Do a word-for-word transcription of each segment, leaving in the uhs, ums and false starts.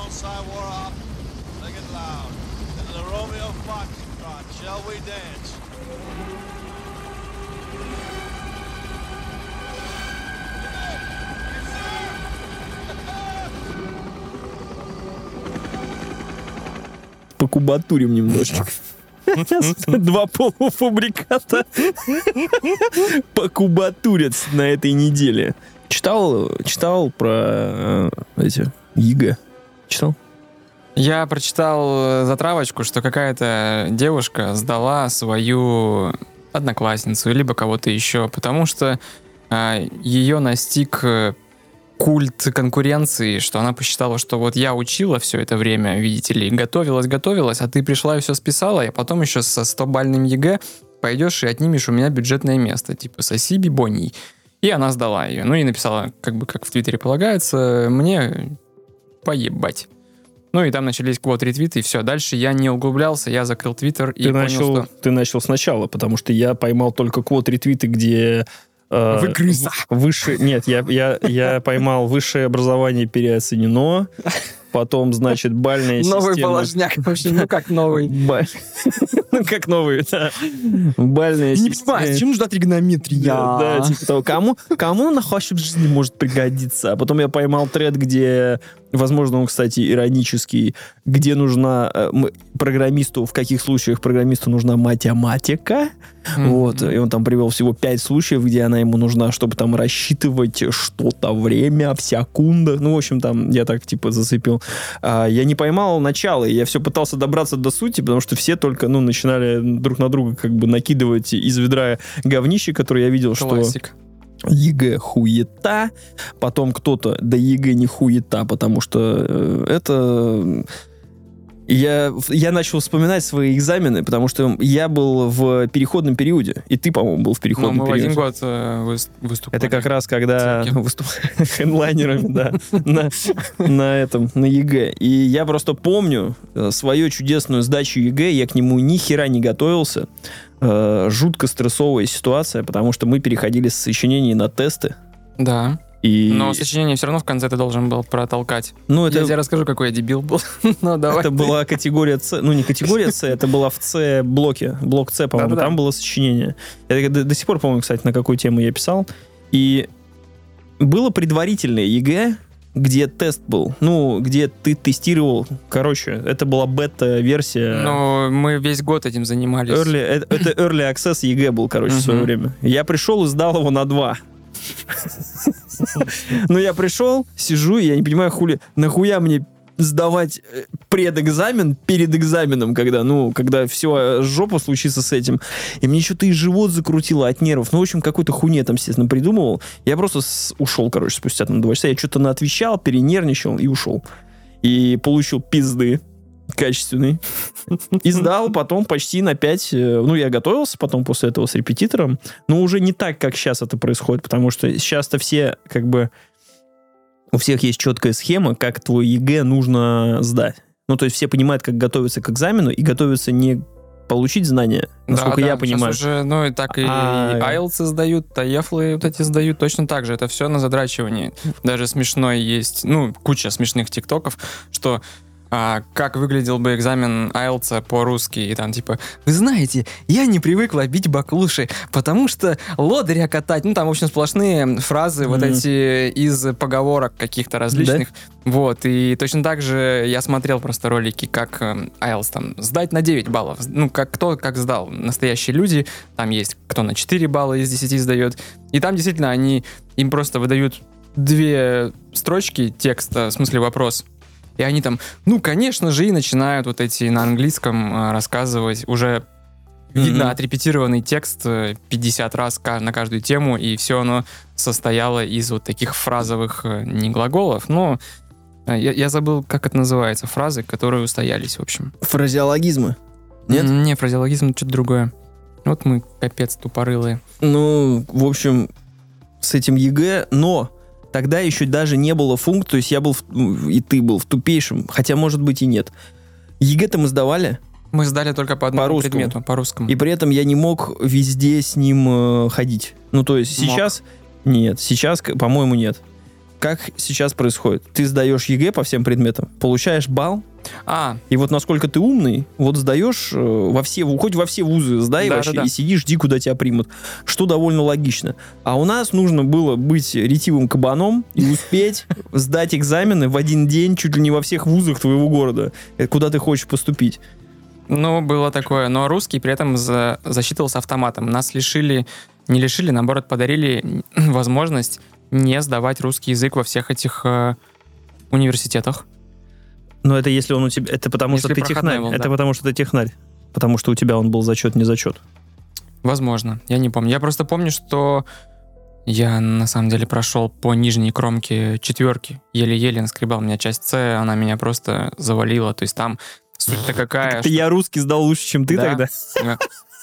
outside wore off. Sing it loud. This is a Romeo Foxtrot. Shall we dance? Покубатурим немножечко. Два полуфабриката покубатурят на этой неделе. Читал, читал про эти ЕГЭ? Читал? Я прочитал затравочку, что какая-то девушка сдала свою одноклассницу, либо кого-то еще, потому что а, ее настиг культ конкуренции, что она посчитала, что вот я учила все это время, видите ли, готовилась, готовилась, а ты пришла и все списала, и потом еще со сто-бальным ЕГЭ пойдешь и отнимешь у меня бюджетное место, типа соси бибоний. И она сдала ее. Ну и написала, как бы, как в Твиттере полагается, мне поебать. Ну и там начались квот-ретвиты, и все. Дальше я не углублялся, я закрыл Твиттер и ты понял, начал, что... Ты начал сначала, потому что я поймал только квот-ретвиты, где... Э, Вы крыса! Выше... Нет, я, я, я поймал высшее образование переоценено, потом, значит, бальная система... Новый положняк вообще, ну как новый? Ну как новый, да. Бальная система... Не понимаю, зачем нужна тригонометрия? Да, типа того. Кому, кому она вообще в жизни может пригодиться? А потом я поймал тред, где, возможно, он, кстати, иронический, где нужна э, программисту, в каких случаях программисту нужна математика. Mm-hmm. Вот, и он там привел всего пять случаев, где она ему нужна, чтобы там рассчитывать что-то, время, в секундах. Ну, в общем, там я так, типа, зацепил. А, я не поймал начало, я все пытался добраться до сути, потому что все только, ну, начинали друг на друга как бы накидывать из ведра говнище, которое я видел, Классик. Что ЕГЭ хуета, потом кто-то, да ЕГЭ не хуета, потому что э, это... Я, я начал вспоминать свои экзамены, потому что я был в переходном периоде, и ты, по-моему, был в переходном ну, мы периоде. в один год э, выступали. Это как раз когда выступали хедлайнерами, да, на, на этом, на ЕГЭ. И я просто помню свою чудесную сдачу ЕГЭ, я к нему ни хера не готовился. Жутко стрессовая ситуация, потому что мы переходили с сочинений на тесты. Да. И... Но сочинение все равно в конце ты должен был протолкать. Ну, это... Я тебе расскажу, какой я дебил был. ну, давай. Это была категория С. Ну, не категория С, это была в С блоке. Блок С, по-моему. Да-да-да. Там было сочинение. Я до, до сих пор помню, кстати, на какую тему я писал. И было предварительное ЕГЭ, где тест был. Ну, где ты тестировал. Короче, это была бета-версия. Ну, мы весь год этим занимались. Early, это, это Early Access ЕГЭ был, короче, в свое время. Я пришел и сдал его на два. Ну, я пришел, сижу, и я не понимаю, хули, нахуя мне сдавать предэкзамен перед экзаменом, когда, ну, когда все, жопа случится с этим. И мне что-то и живот закрутило от нервов. Ну, в общем, какой-то хуйне там, естественно, придумывал. Я просто с... ушел, короче, спустя там два часа. Я что-то наотвечал, перенервничал и ушел. И получил пизды качественный. И сдал потом почти на пять. Ну, я готовился потом после этого с репетитором, но уже не так, как сейчас это происходит, потому что сейчас-то все, как бы, у всех есть четкая схема, как твой ЕГЭ нужно сдать. Ну, то есть все понимают, как готовиться к экзамену, и готовятся не получить знания, насколько да, я да, понимаю. Уже, ну, и так и А... айлтс сдают, таефлы вот эти сдают точно так же. Это все на задрачивании. Даже смешной есть, ну, куча смешных тиктоков, что а, как выглядел бы экзамен айлтса по-русски, и там типа, вы знаете, я не привыкла бить баклуши, потому что лодыря катать, ну там, в общем, сплошные фразы mm-hmm. вот эти из поговорок каких-то различных, да? Вот, и точно так же я смотрел просто ролики, как айлтс там сдать на девять баллов, ну, как кто как сдал, настоящие люди, там есть кто на четыре балла из десяти сдает, и там действительно они, им просто выдают две строчки текста, в смысле вопрос. И они там, ну, конечно же, и начинают вот эти на английском э, рассказывать. Уже mm-hmm. видно отрепетированный текст пятьдесят раз на каждую тему, и все оно состояло из вот таких фразовых, э, не глаголов, но э, я, я забыл, как это называется, фразы, которые устоялись, в общем. Фразеологизмы? Нет? Mm-hmm, не, фразеологизм что-то другое. Вот мы, капец, тупорылые. Ну, в общем, с этим ЕГЭ, но... Тогда еще даже не было функции, то есть я был, в, и ты был в тупейшем, хотя, может быть, и нет. ЕГЭ-то мы сдавали? Мы сдали только по одному по предмету, по русскому. И при этом я не мог везде с ним э, ходить. Ну, то есть мог. сейчас... Нет, сейчас, по-моему, нет. как сейчас происходит? Ты сдаешь ЕГЭ по всем предметам, получаешь балл, А, и вот насколько ты умный, вот сдаешь э, во все, хоть во все вузы сдай Да, вообще, да, да. и сиди, жди, куда тебя примут. Что довольно логично. А у нас нужно было быть ретивым кабаном и успеть сдать экзамены в один день чуть ли не во всех вузах твоего города, э, куда ты хочешь поступить. ну, было такое. Но русский при этом за- засчитывался автоматом. Нас лишили, не лишили, наоборот, подарили возможность не сдавать русский язык во всех этих э, университетах. Но это если он у тебя... Это потому Если что ты проходной технарь. был, Это да. потому что ты технарь. Потому что у тебя он был зачет, не зачет. Возможно, я не помню. Я просто помню, что я на самом деле прошел по нижней кромке четверки. Еле-еле наскребал. У меня часть С, она меня просто завалила. То есть там суть-то какая... Это я русский сдал лучше, чем ты Да. тогда. Да.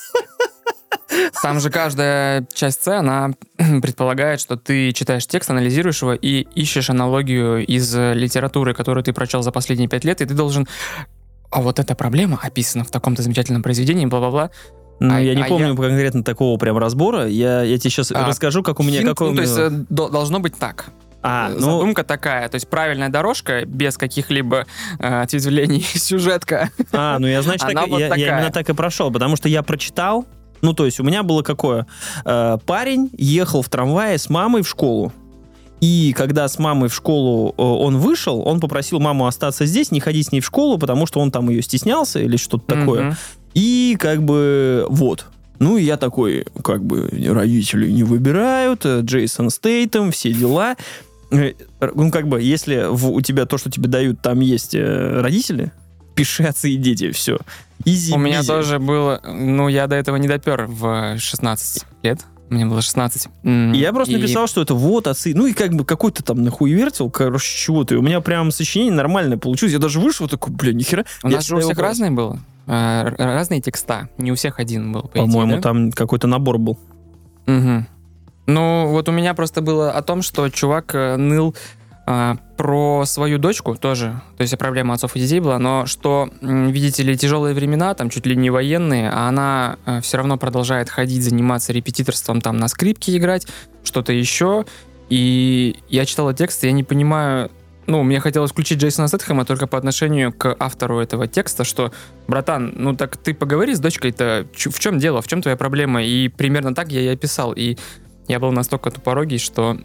Там же каждая часть С, она предполагает, что ты читаешь текст, анализируешь его и ищешь аналогию из литературы, которую ты прочел за последние пять лет, и ты должен... А вот эта проблема описана в таком-то замечательном произведении, бла-бла-бла. Ну, А- я не а помню я- конкретно такого прям разбора. Я, я тебе сейчас А, расскажу, как у меня... Хинт, какой у ну, то меня- есть э, до- должно быть так. А, Э, ну, Задумка такая, то есть правильная дорожка, без каких-либо э, ответвлений, сюжетка. а, ну я, значит, так, Она вот я, я такая. именно так и прошел, потому что я прочитал, ну, то есть у меня было какое? Э, парень ехал в трамвае с мамой в школу. И когда с мамой в школу э, он вышел, он попросил маму остаться здесь, не ходить с ней в школу, потому что он там ее стеснялся или что-то такое. Мгм. И как бы вот. Ну, и я такой, как бы, родители не выбирают, э, Джейсон Стейтем, все дела. Э, Ну, как бы, если в- у тебя то, что тебе дают, там есть э, родители, пиши отцы и дети, все. Изи. У меня тоже было, ну, я до этого не допер в шестнадцать лет. Мне было шестнадцать. М, Я просто и- написал, что это вот отцы. Ну, и как бы какой-то там нахуевертил, короче, чего-то. И у меня прям сочинение нормальное получилось. Я даже вышел такой, бля, нихера. У Я нас же у читаю всех вопрос. разные было. э, р- разные текста. Не у всех один был, по идее, По-моему, да? там какой-то набор был. Мгм. Ну, вот у меня просто было о том, что чувак э, ныл а, про свою дочку тоже, то есть проблема отцов и детей была, но что, м, видите ли, тяжелые времена, там чуть ли не военные, а она все равно продолжает ходить, заниматься репетиторством, там на скрипке играть, что-то еще. И я читал этот текст, и я не понимаю, ну, мне хотелось включить Джейсона Стэтхэма только по отношению к автору этого текста, что, братан, ну так ты поговори с дочкой-то, чё- в чем дело, в чем твоя проблема? И примерно так я и описал. И я был настолько тупорогий, что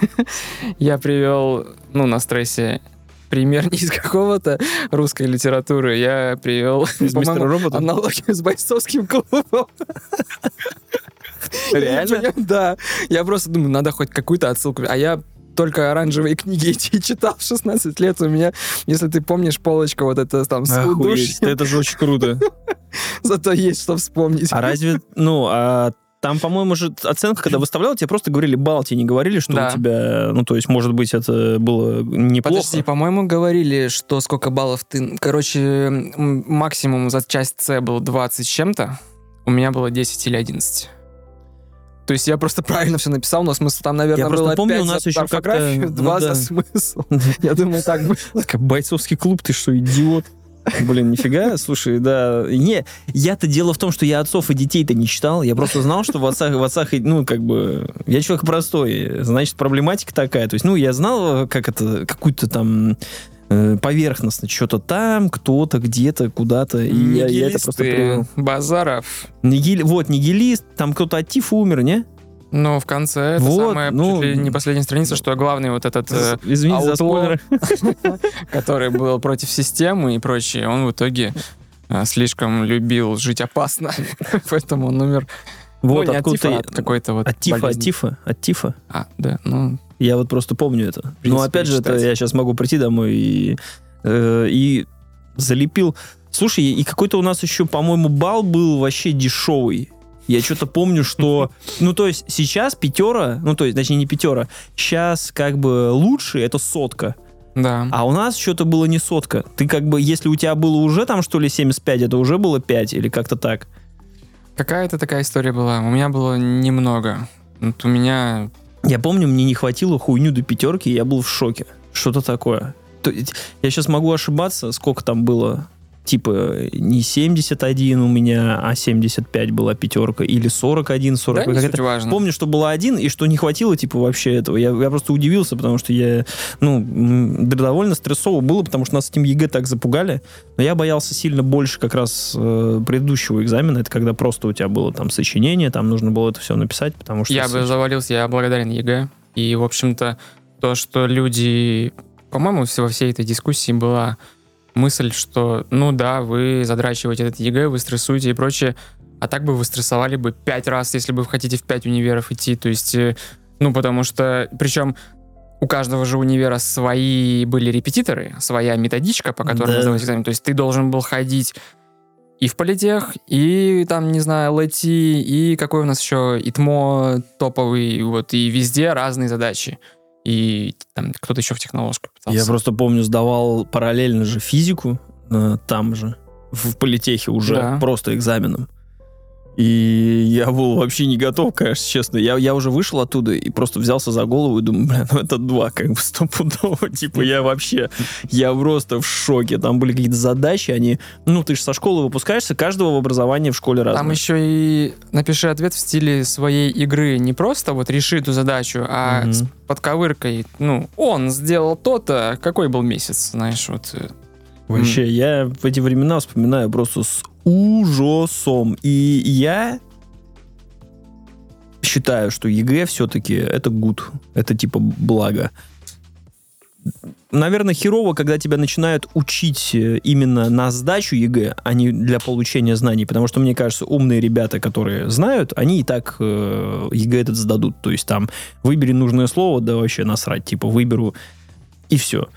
я привел, ну, на стрессе пример не из какого-то русской литературы, я привел, Из по-моему, «Мистера Робота»? аналогию с бойцовским клубом. Реально? Я- Да. Я просто думаю, надо хоть какую-то отсылку. А я только оранжевые книги эти читал в шестнадцать лет. У меня, если ты помнишь, полочка вот эта там с Охуеть, удушьем. это же очень круто. Зато есть что вспомнить. А разве, ну, а там, по-моему, же оценка, когда выставляла, тебе просто говорили балл, тебе не говорили, что Да. у тебя, ну, то есть, может быть, это было неплохо. Подожди, по-моему, говорили, что сколько баллов ты... Короче, м, максимум за часть С был двадцать с чем-то. У меня было десять или одиннадцать. То есть я просто правильно все написал, но смысл там, наверное, Я просто было помню, пять у нас за еще как-то, орфографию, ну два да. за смысл. Я думаю, так бы... Как бойцовский клуб, ты что, идиот? Блин, нифига, слушай, да. Не, я-то дело в том, что я отцов и детей-то не читал. Я просто знал, что в отцах, в отцах, и, ну, как бы, я человек простой, значит, проблематика такая. То есть, ну, я знал, как это, какую-то там э, поверхностно, что-то там, кто-то, где-то, куда-то. И я, я это просто Нигилисты, привел. Базаров. Нигили- вот, нигилист, там кто-то от тифа умер, не? Но в конце это Вот, самая ну, чуть ли не последняя страница, что главный вот этот, э, Извините за Outlaw. спойлеры. который был против системы и прочее, он в итоге э, слишком любил жить опасно, поэтому он умер. Вот Ну, не от откуда тифа, я- а от какой-то вот От тифа, от болезни. тифа, от тифа. А, да, ну, Я вот просто помню это. принципе, Но опять же, это читать. я сейчас могу прийти домой и, э, и залепил. Слушай, и какой-то у нас еще, по-моему, балл был вообще дешевый. Я что-то помню, что... Ну, то есть сейчас пятера, ну, то есть, точнее, не пятера, сейчас как бы лучше это сотка. да. А у нас что-то было не сотка. Ты как бы, если у тебя было уже там, что ли, семьдесят пять, это уже было пять или как-то так. Какая-то такая история была. У меня было немного. Вот у меня... Я помню, мне не хватило хуйню до пятерки, и я был в шоке. Что-то такое. То есть, я сейчас могу ошибаться, сколько там было. типа не семьдесят один у меня, а семьдесят пять была пятерка, или сорок один, сорок. Да, не суть важно. Помню, что было один, и что не хватило, типа, вообще этого. Я, я просто удивился, потому что я, ну, м, довольно стрессово было, потому что нас этим ЕГЭ так запугали. Но я боялся сильно больше как раз э, предыдущего экзамена. Это когда просто у тебя было там сочинение, там нужно было это все написать, потому что... Я бы завалился, я благодарен ЕГЭ. И, в общем-то, то, что люди... По-моему, во всей этой дискуссии была мысль, что, ну да, вы задрачиваете этот ЕГЭ, вы стрессуете и прочее, а так бы вы стрессовали бы пять раз, если бы вы хотите в пять универов идти. То есть, э, ну, потому что... Причем у каждого же универа свои были репетиторы, своя методичка, по которой Да. сдавать экзамен. То есть ты должен был ходить и в политех, и там, не знаю, ЛЭТИ, и какой у нас еще ИТМО топовый, вот, и везде разные задачи. И там кто-то еще в технологию пытался. Я просто помню, сдавал параллельно же физику э, там же, в политехе уже, Да. просто экзаменом. И я был вообще не готов, конечно, честно. Я, я уже вышел оттуда и просто взялся за голову и думаю, бля, ну это два, как бы стопудово. Типа я вообще, я просто в шоке. Там были какие-то задачи, они... Ну, ты же со школы выпускаешься, каждого в образовании в школе разное. Там еще и напиши ответ в стиле своей игры. Не просто вот реши эту задачу, а Мгм. с подковыркой. Ну, он сделал то-то. Какой был месяц, знаешь, вот. э, Вообще, я в эти времена вспоминаю просто с ужасом. И я считаю, что ЕГЭ все-таки это гуд. Это типа благо. Наверное, херово, когда тебя начинают учить э, именно на сдачу ЕГЭ, а не для получения знаний. Потому что, мне кажется, умные ребята, которые знают, они и так э, ЕГЭ этот сдадут. То есть там выбери нужное слово, да вообще насрать. Типа выберу и все.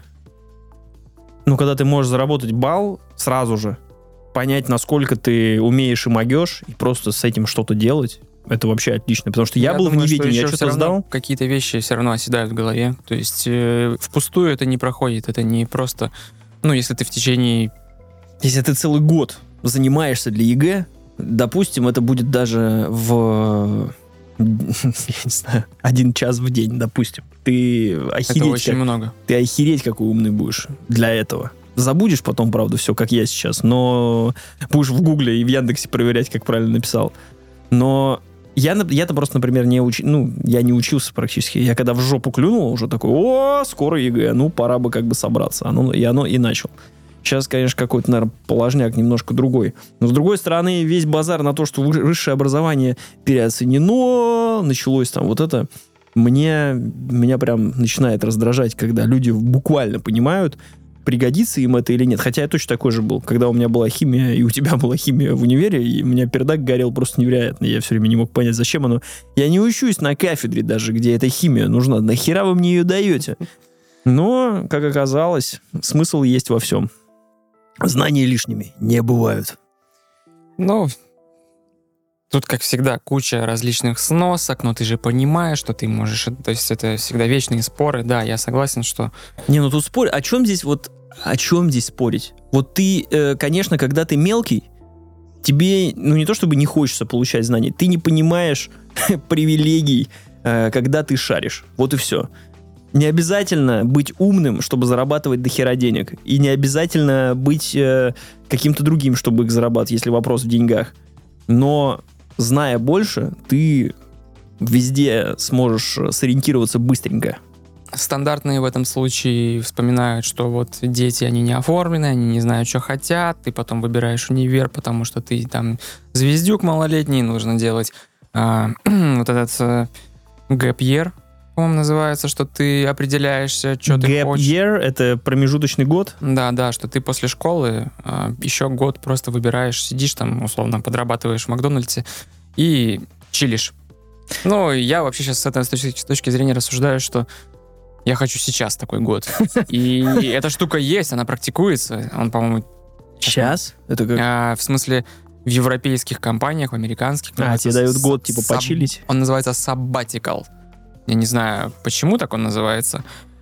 Но когда ты можешь заработать балл сразу же, понять, насколько ты умеешь и могешь, и просто с этим что-то делать, это вообще отлично. Потому что я, был думаю, в что неведении, я еще что-то всё равно сдал. Какие-то вещи все равно оседают в голове. То есть э, впустую это не проходит. Это не просто... Ну, если ты в течение... Если ты целый год занимаешься для ЕГЭ, допустим, это будет даже в... я не знаю, один час в день, допустим. Ты охереть, Это очень как, много. ты охереть какой умный будешь для этого. Забудешь потом, правда, все, как я сейчас, но будешь в Гугле и в Яндексе проверять, как правильно написал. Но я, нап- я-то просто, например, не учи, ну, я не учился практически. Я когда в жопу клюнул, уже такой, о, скоро ЕГЭ, ну, пора бы как бы собраться. Оно, и оно и начал. Сейчас, конечно, какой-то, наверное, положняк немножко другой. Но, с другой стороны, весь базар на то, что вы- высшее образование переоценено, началось там вот это, мне, меня прям начинает раздражать, когда люди буквально понимают, пригодится им это или нет. Хотя я точно такой же был. Когда у меня была химия, и у тебя была химия в универе, и у меня пердак горел просто невероятно. Я все время не мог понять, зачем оно. Я не учусь на кафедре даже, где эта химия нужна. Нахера вы мне ее даете? Но, как оказалось, смысл есть во всем. Знания лишними не бывают. Ну, тут, как всегда, куча различных сносок, но ты же понимаешь, что ты можешь... То есть это всегда вечные споры. Да, я согласен, что... Не, ну тут спорь. О чем здесь вот... О чем здесь спорить? Вот ты, э, конечно, когда ты мелкий, тебе, ну не то чтобы не хочется получать знания, ты не понимаешь привилегий, э, когда ты шаришь. Вот и все. Не обязательно быть умным, чтобы зарабатывать дохера денег. И не обязательно быть э, каким-то другим, чтобы их зарабатывать, если вопрос в деньгах. Но, зная больше, ты везде сможешь сориентироваться быстренько. Стандартные в этом случае вспоминают, что вот дети, они не оформлены, они не знают, что хотят, ты потом выбираешь универ, потому что ты там звездюк малолетний, нужно делать а, вот этот а, gap year, по-моему, называется, что ты определяешься, что ты Gap хочешь. year — это промежуточный год. Да, да, что ты после школы а, еще год просто выбираешь, сидишь там, условно, подрабатываешь в Макдональдсе и чилишь. Ну, я вообще сейчас с этой с точки, с точки зрения рассуждаю, что я хочу сейчас такой год. И эта штука есть, она практикуется. Он, по-моему... Сейчас? Это как... а, в смысле, в европейских компаниях, в американских. А, называется тебе дают с- год, типа, саб- почилить? Он называется sabbatical. Я не знаю, почему так он называется.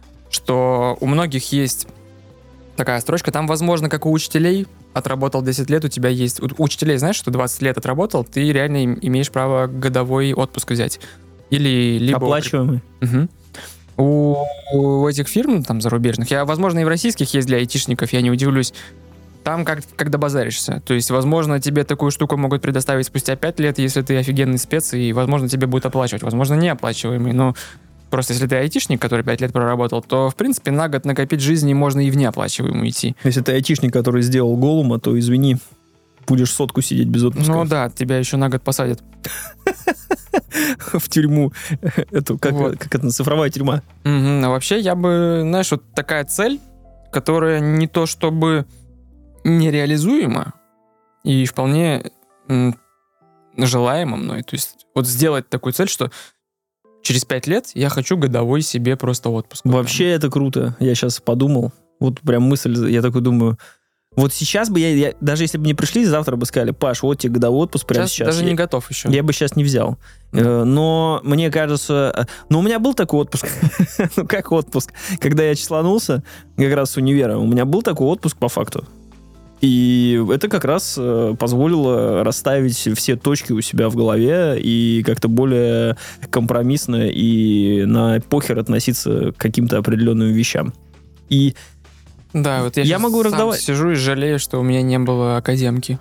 Что у многих есть такая строчка. Там, возможно, как у учителей, отработал десять лет, у тебя есть... У учителей, знаешь, что двадцать лет отработал, ты реально им- имеешь право годовой отпуск взять. Или либо... Оплачиваемый. Мгм. У, у этих фирм там зарубежных, я, возможно, и в российских есть для айтишников, я не удивлюсь, там как, как добазаришься. То есть, возможно, тебе такую штуку могут предоставить спустя пять лет, если ты офигенный спец, и, возможно, тебе будут оплачивать. Возможно, неоплачиваемый, но просто если ты айтишник, который пять лет проработал, то, в принципе, на год накопить жизни можно и в неоплачиваемую идти. Если ты айтишник, который сделал Голума, то, извини, будешь сотку сидеть без отпуска. Ну да, тебя еще на год посадят. В тюрьму. Эту, как, Вот. как это, цифровая тюрьма. Мгм. А вообще, я бы, знаешь, вот такая цель, которая не то чтобы нереализуема и вполне м, желаема мной. То есть вот сделать такую цель, что через пять лет я хочу годовой себе просто отпуск. Вообще это круто. Я сейчас подумал. Вот прям мысль, я такой думаю... Вот сейчас бы я, я, даже если бы мне пришли, завтра бы сказали, Паш, вот тебе годовой отпуск прямо Сейчас, сейчас. даже я, не готов еще. я бы сейчас не взял. Да. Э, Но мне кажется... э, Ну, у меня был такой отпуск. Ну, как отпуск? Когда я числанулся, как раз с универа, у меня был такой отпуск по факту. И это как раз э, позволило расставить все точки у себя в голове и как-то более компромиссно и на похер относиться к каким-то определенным вещам. И Да, вот я, Я щас могу сам раздавать- сижу и жалею, что у меня не было академки.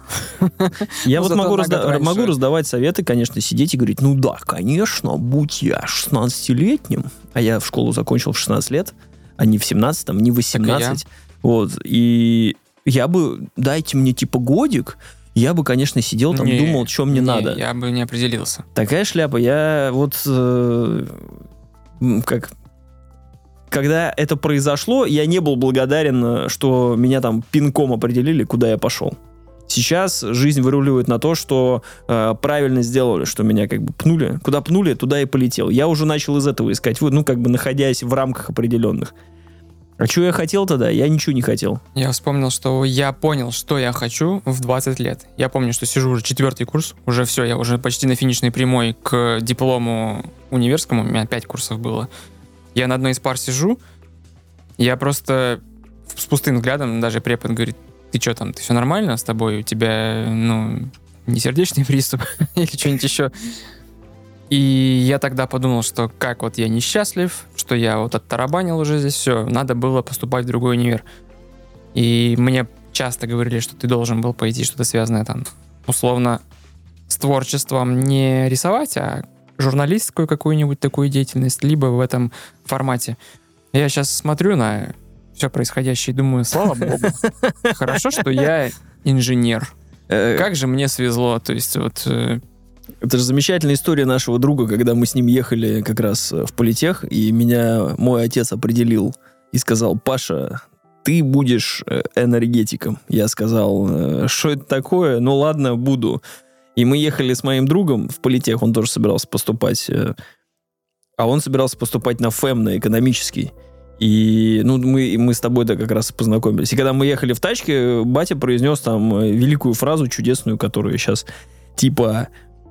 я Ну, вот зато могу, на разда- год раньше. могу раздавать советы, конечно, сидеть и говорить, ну да, конечно, будь я шестнадцатилетним, а я в школу закончил в шестнадцать лет, а не в семнадцать, не в восемнадцать. Вот, и я бы, дайте мне типа годик, я бы, конечно, сидел там, Не, думал, что мне не, надо. Я бы не определился. Такая шляпа. Я вот э, м, как... Когда это произошло, я не был благодарен, что меня там пинком определили, куда я пошел. Сейчас жизнь выруливает на то, что э, правильно сделали, что меня как бы пнули. Куда пнули, туда и полетел. Я уже начал из этого искать, ну, как бы находясь в рамках определенных. А что я хотел тогда? Я ничего не хотел. Я вспомнил, что я понял, что я хочу в двадцать лет. Я помню, что сижу уже четвертый курс, уже все, я уже почти на финишной прямой к диплому универскому, у меня пять курсов было. Я на одной из пар сижу, я просто с пустым взглядом, даже препод говорит, ты что там, ты все нормально с тобой? У тебя, ну, не сердечный приступ или что-нибудь еще? И я тогда подумал, что как вот я несчастлив, что я вот оттарабанил уже здесь все, надо было поступать в другой универ. И мне часто говорили, что ты должен был пойти что-то связанное там, условно, с творчеством не рисовать, а журналистскую какую-нибудь такую деятельность, либо в этом формате. Я сейчас смотрю на все происходящее и думаю, слава богу, хорошо, что я инженер. Э, Как же мне свезло, то есть вот... э, Это же замечательная история нашего друга, когда мы с ним ехали как раз в политех, и меня мой отец определил и сказал, Паша, ты будешь э, энергетиком. Я сказал, «Э, что это такое? Ну ладно, буду. И мы ехали с моим другом в политех, он тоже собирался поступать, э, а он собирался поступать на ФЭМ, на экономический. И ну, мы, мы с тобой-то как раз познакомились. И когда мы ехали в тачке, батя произнес там э, великую фразу чудесную, которую сейчас типа...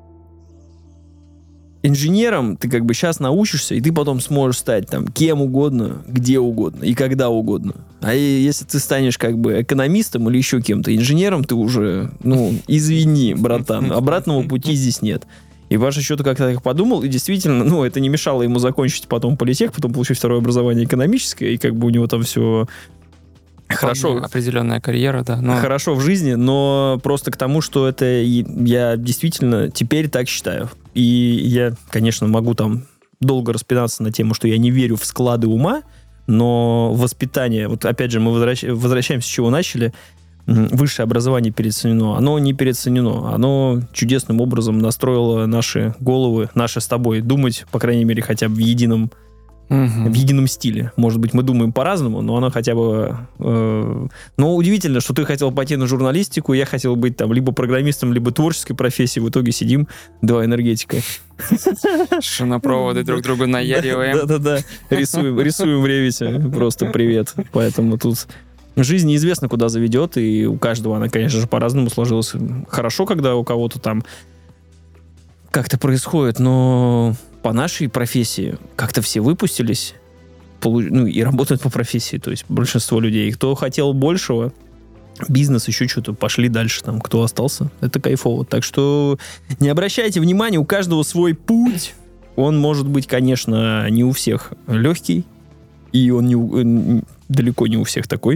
Инженером ты как бы сейчас научишься, и ты потом сможешь стать там кем угодно, где угодно и когда угодно. А и- если ты станешь как бы экономистом или еще кем-то, инженером ты уже, ну, извини, братан, обратного пути здесь нет. И Паша что-то как-то так подумал, и действительно, ну, это не мешало ему закончить потом политех, потом получить второе образование экономическое, и как бы у него там все хорошо, определенная карьера, да. Но хорошо в жизни, но просто к тому, что это и- я действительно теперь так считаю. И я, конечно, могу там долго распинаться на тему, что я не верю в склады ума, но воспитание, вот опять же мы возвращ- возвращаемся, с чего начали, м, высшее образование переоценено. Оно не переоценено, оно чудесным образом настроило наши головы, наши с тобой думать, по крайней мере, хотя бы в едином Мгм. в едином стиле. Может быть, мы думаем по-разному, но оно хотя бы... э, Но удивительно, что ты хотел пойти на журналистику, я хотел быть там либо программистом, либо творческой профессией. В итоге сидим, два энергетика. Шинопроводы друг другу наяриваем. Да-да-да. Рисуем, рисуем в ревите. Просто привет. Поэтому тут... Жизнь неизвестно, куда заведет, и у каждого она, конечно же, по-разному сложилась. Хорошо, когда у кого-то там как-то происходит, но по нашей профессии как-то все выпустились, полу- ну, и работают по профессии, то есть большинство людей. Кто хотел большего, бизнес, еще что-то, пошли дальше, там, кто остался, это кайфово. Так что не обращайте внимания, у каждого свой путь. Он может быть, конечно, не у всех легкий, и он не у- э, далеко не у всех такой,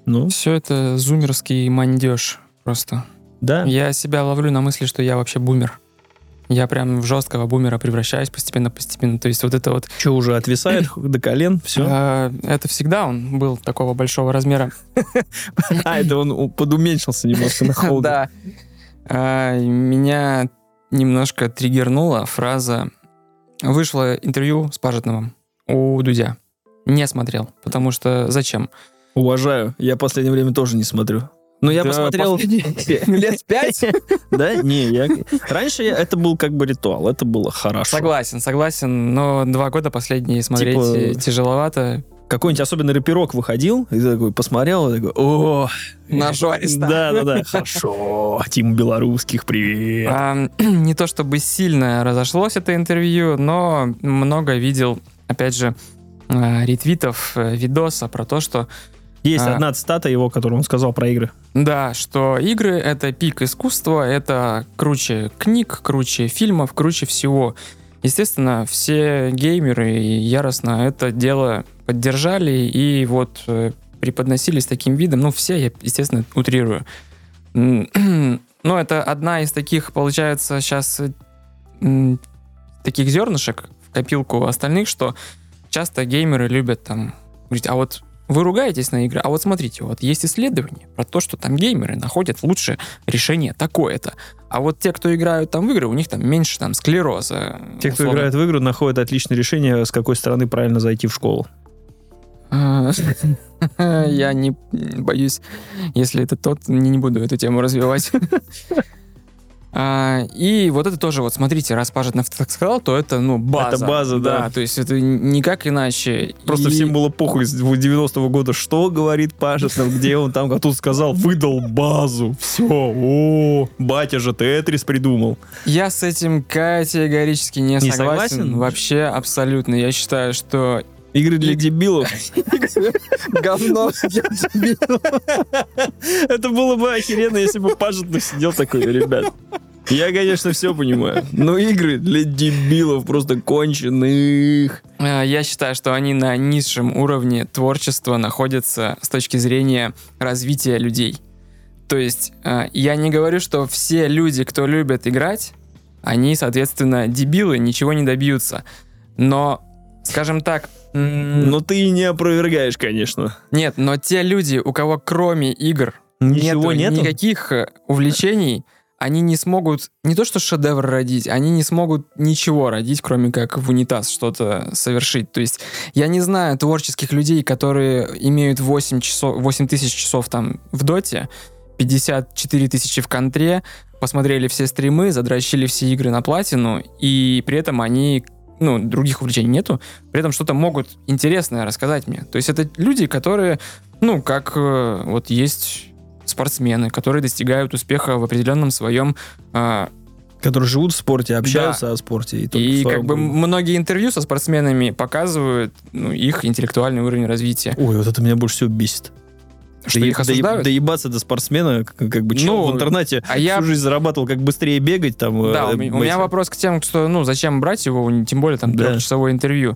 Ну, Все это зумерский мандеж просто. да. Я себя ловлю на мысли, что я вообще бумер. Я прям в жесткого бумера превращаюсь постепенно-постепенно. То есть вот это вот... Что, уже отвисает до колен? Все. а, это всегда он был такого большого размера. А, это он подуменьшился немножко на холоде. Да. А, меня немножко триггернула фраза. Вышло интервью с Пажетновым у Дудя. Не смотрел, потому что зачем? Уважаю. Я в последнее время тоже не смотрю. Но я Да, посмотрел лет пять. Да? Не, я... Раньше я... это был как бы ритуал. Это было хорошо. Согласен, согласен, но два года последние смотреть Типа- тяжеловато. Какой-нибудь особенно рэперок выходил, и ты такой посмотрел, и такой, о, Нажористо. да, да, да, хорошо, Тим Белорусских, привет. А, не то чтобы сильно разошлось это интервью, но много видел, опять же, а, ретвитов, э, видоса про то, что Есть а. одна цитата его, которую он сказал про игры. да, что игры — это пик искусства, это круче книг, круче фильмов, круче всего. Естественно, все геймеры яростно это дело поддержали и вот э, преподносили с таким видом. Ну, все, я, естественно, утрирую. М, Но это одна из таких, получается, сейчас м, таких зернышек в копилку остальных, что часто геймеры любят там говорить, а вот вы ругаетесь на игры, а вот смотрите, вот есть исследования про то, что там геймеры находят лучшее решение такое-то. А вот те, кто играют там в игры, у них там меньше там склероза. Те, кто условно. играет в игры, находят отличное решение, с какой стороны правильно зайти в школу. А, Я не боюсь, если это тот, не не буду эту тему развивать. А, И вот это тоже, вот смотрите, раз Пажетнов так сказал, то это, ну, база. Это база, да. То есть это никак иначе. Просто И- всем было похуй с девяностого года, что говорит Пажетнов, где он там, а тут сказал, выдал базу, все, о, батя же Тетрис придумал. Я с этим категорически не, Не согласен. согласен? Вообще абсолютно. Я считаю, что Игры для И- дебилов. говно. Это было бы охеренно, если бы Пажетнов сидел такой, ребят. Я, конечно, все понимаю, но игры для дебилов просто конченых. Э, Я считаю, что они на низшем уровне творчества находятся с точки зрения развития людей. То есть э, я не говорю, что все люди, кто любят играть, они, соответственно, дебилы, ничего не добьются. Но, скажем так, м, Но ты и не опровергаешь, конечно. нет, но те люди, у кого кроме игр Ничего нету нету? никаких э, увлечений, они не смогут не то что шедевр родить, они не смогут ничего родить, кроме как в унитаз что-то совершить. То есть я не знаю творческих людей, которые имеют восемь часов, восемь тысяч часов там в доте, пятьдесят четыре тысячи в контре, посмотрели все стримы, задрочили все игры на платину, и при этом они, ну, других увлечений нету, при этом что-то могут интересное рассказать мне. То есть это люди, которые, ну, как э, вот есть спортсмены, которые достигают успеха в определенном своем... а, Которые живут в спорте, общаются о спорте. И, только и слава как бы богу. многие интервью со спортсменами показывают, ну, их интеллектуальный уровень развития. Ой, вот это меня больше всего бесит. Что Доеб- их осуждают? доеб- Доебаться до спортсмена, как, как бы чел Ну, в интернете а я- всю жизнь зарабатывал, как быстрее бегать там. Да, э, у меня, у меня эти- вопрос к тем, что, ну, зачем брать его, тем более там Да. трехчасовое интервью.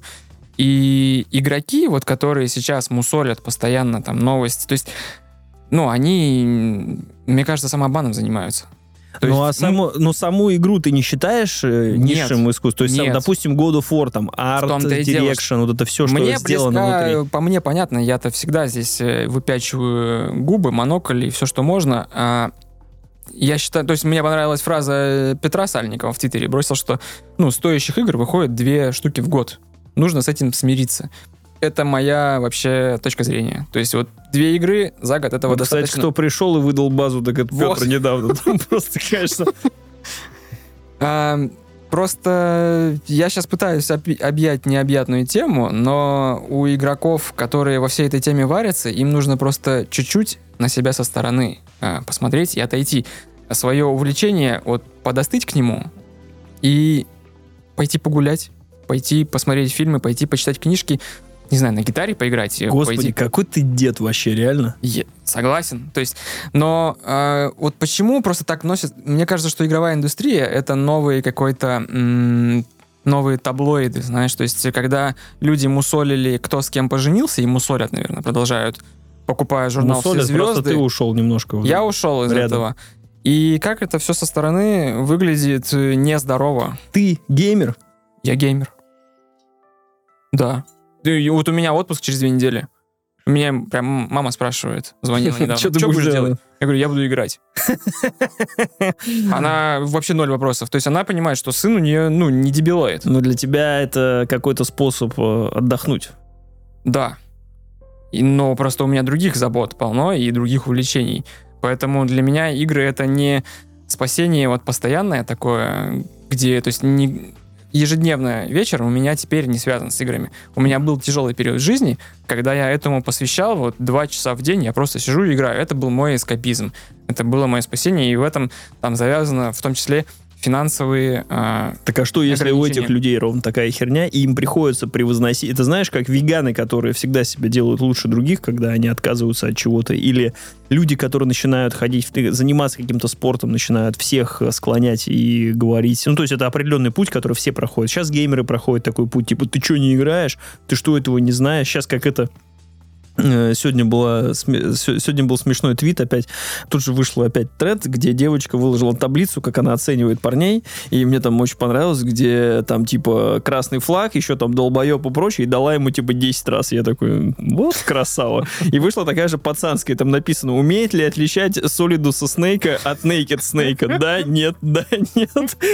И игроки, вот, которые сейчас мусолят постоянно там новости, то есть, ну, они, мне кажется, самообманом занимаются. То Ну, а есть, саму, ну, саму игру ты не считаешь э, Нет. низшим искусством? То есть, там, Нет. допустим, God of War, там, арт, том-то и дело, direction, вот это все, что мне сделано близко, внутри. по мне понятно, я-то всегда здесь э, выпячиваю губы, монокль и все, что можно. А я считаю, то есть мне понравилась фраза э, Петра Сальникова в Твиттере, бросил, что, ну, стоящих игр выходит две штуки в год. Нужно с этим смириться. Это моя вообще точка зрения. То есть вот две игры за год, этого Вот, кстати, достаточно. кто пришел и выдал базу, так это Вот. Петр недавно. Там просто, конечно... А, просто я сейчас пытаюсь оби- объять необъятную тему, но у игроков, которые во всей этой теме варятся, им нужно просто чуть-чуть на себя со стороны а, посмотреть и отойти. Свое увлечение, вот подостыть к нему и пойти погулять, пойти посмотреть фильмы, пойти почитать книжки, не знаю, на гитаре поиграть. Господи, пойти- какой ты дед вообще, реально. Е- согласен. То есть, но э, вот почему просто так носят? Мне кажется, что игровая индустрия — это новый какой-то м, новые таблоиды, знаешь, то есть когда люди мусолили, кто с кем поженился, и мусолят, наверное, продолжают, покупаю журнал «Все Мусолят, просто звезды». ты ушел немножко. Я ушел из рядом. этого. И как это все со стороны выглядит э, нездорово. Ты геймер? Я геймер. Да. И вот у меня отпуск через две недели. Меня прям мама спрашивает, звонила недавно. Что ты «Чё будешь будешь делать?» делать? Я говорю, я буду играть. Она вообще ноль вопросов. То есть она понимает, что сын у нее, ну, не дебилоид. Но для тебя это какой-то способ э, отдохнуть. Да. И- Но просто у меня других забот полно и других увлечений. Поэтому для меня игры — это не спасение вот постоянное такое, где, то есть не ежедневно вечер у меня теперь не связан с играми. У меня был тяжелый период жизни, когда я этому посвящал вот два часа в день, я просто сижу и играю. Это был мой эскапизм. Это было мое спасение, и в этом там завязано в том числе финансовые... а, Так а что, если у ограничения. этих людей ровно такая херня, и им приходится превозносить... Это знаешь, как веганы, которые всегда себя делают лучше других, когда они отказываются от чего-то, или люди, которые начинают ходить, в- заниматься каким-то спортом, начинают всех э, склонять и говорить. Ну, то есть это определенный путь, который все проходят. Сейчас геймеры проходят такой путь, типа, ты что, не играешь? Ты что, этого не знаешь? Сейчас как это... Э, Сегодня, была, сме- се- сегодня был смешной твит опять. Тут же вышел опять тред, где девочка выложила таблицу, как она оценивает парней. И мне там очень понравилось, где там типа красный флаг, еще там долбоеб и прочее, и дала ему типа десять раз. Я такой, вот красава. И вышла такая же пацанская, там написано, умеет ли отличать Солидуса Снейка от Naked Снейка? Да, нет, да, нет.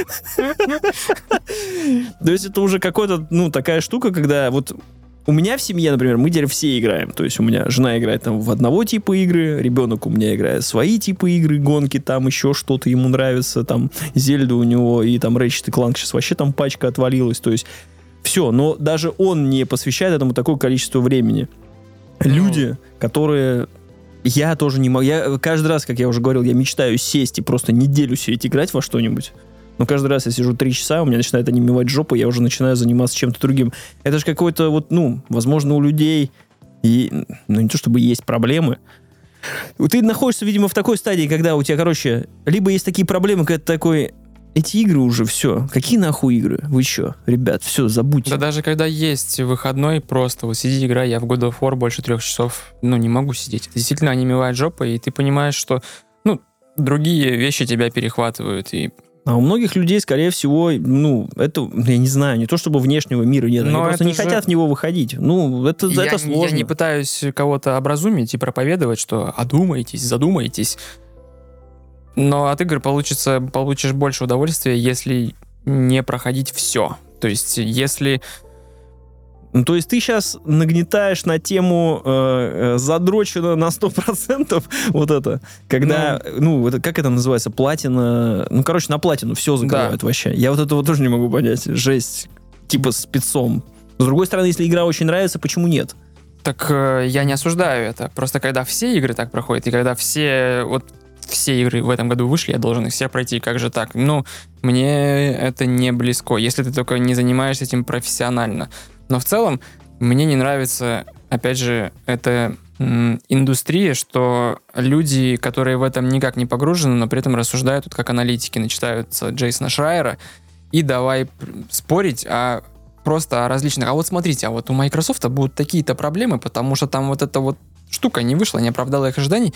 То есть это уже какой-то, ну, такая штука, когда вот у меня в семье, например, мы теперь все играем. То есть у меня жена играет там в одного типа игры, ребенок у меня играет в свои типы игры, гонки, там еще что-то ему нравится, там Зельда у него и там Ratchet и Clank сейчас вообще там пачка отвалилась. То есть все, но даже он не посвящает этому такое количество времени. Люди, которые... Я тоже не могу... Я каждый раз, как я уже говорил, я мечтаю сесть и просто неделю сидеть играть во что-нибудь. Но каждый раз я сижу три часа, у меня начинает онемевать жопа, я уже начинаю заниматься чем-то другим. Это же какой-то вот, ну, возможно, у людей, и, ну, не то чтобы есть проблемы. Ты находишься, видимо, в такой стадии, когда у тебя, короче, либо есть такие проблемы, когда ты такой, эти игры уже, все, какие нахуй игры? Вы что, ребят, все, забудьте. Да даже когда есть выходной, просто вот сиди, играй, я в God of War больше трех часов, ну, не могу сидеть. Это действительно онемевает жопа, и ты понимаешь, что, ну, другие вещи тебя перехватывают, и А у многих людей, скорее всего, ну, это, я не знаю, не то чтобы внешнего мира нет, они Но просто это не же- хотят в него выходить. Ну, это, я, это не- сложно. я не пытаюсь кого-то образумить и проповедовать, что одумайтесь, задумайтесь. Но от игр получится, получишь больше удовольствия, если не проходить все. То есть, если... Ну, то есть ты сейчас нагнетаешь на тему э, э, задрочено на сто процентов вот это, когда, ну, это, как это называется, платина, ну, короче, на платину все закрывают Да. вообще. Я вот этого тоже не могу понять. Жесть, типа спецом. С другой стороны, если игра очень нравится, почему нет? Так э, я не осуждаю это. Просто когда все игры так проходят, и когда все... Вот все игры в этом году вышли, я должен их все пройти. Как же так? Ну, мне это не близко, если ты только не занимаешься этим профессионально. Но в целом мне не нравится, опять же, эта м, индустрия, что люди, которые в этом никак не погружены, но при этом рассуждают, вот как аналитики, начитаются Джейсона Шрайера, и давай п- спорить о просто о различных. А вот смотрите, а вот у Microsoft будут такие-то проблемы, потому что там вот эта вот штука не вышла, не оправдала их ожиданий.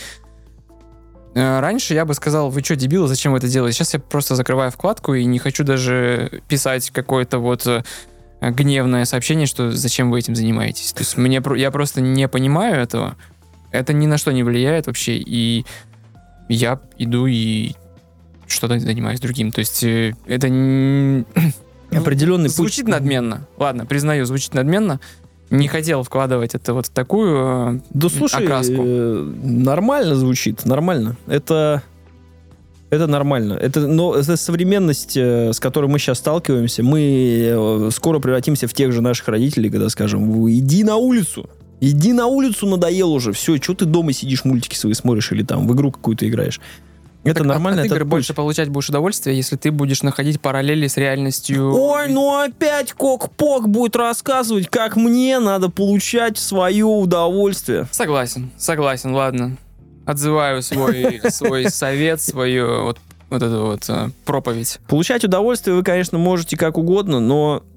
Э, Раньше я бы сказал, вы что, дебилы, зачем вы это делаете? Сейчас я просто закрываю вкладку и не хочу даже писать какое-то вот э, гневное сообщение, что зачем вы этим занимаетесь. То есть мне, про- я просто не понимаю этого. Это ни на что не влияет вообще, и я иду и что-то занимаюсь другим. То есть э, это н- Определенный путь. звучит надменно. Ладно, признаю, звучит надменно. Не хотел вкладывать это вот в такую э, Да слушай, окраску. э, нормально звучит, нормально. Это, это нормально. Это, но это современность, э, с которой мы сейчас сталкиваемся. Мы э, скоро превратимся в тех же наших родителей, когда скажем, «Вы иди на улицу, иди на улицу, надоел уже, все, что ты дома сидишь, мультики свои смотришь или там в игру какую-то играешь». Это Так нормально, от, от это игр путь. больше получать будешь удовольствие, если ты будешь находить параллели с реальностью. Ой, ну опять Кок-Пок будет рассказывать, как мне надо получать свое удовольствие. Согласен, согласен, ладно. Отзываю свой, свой совет, свою вот, вот эту вот э, проповедь. Получать удовольствие вы, конечно, можете как угодно, но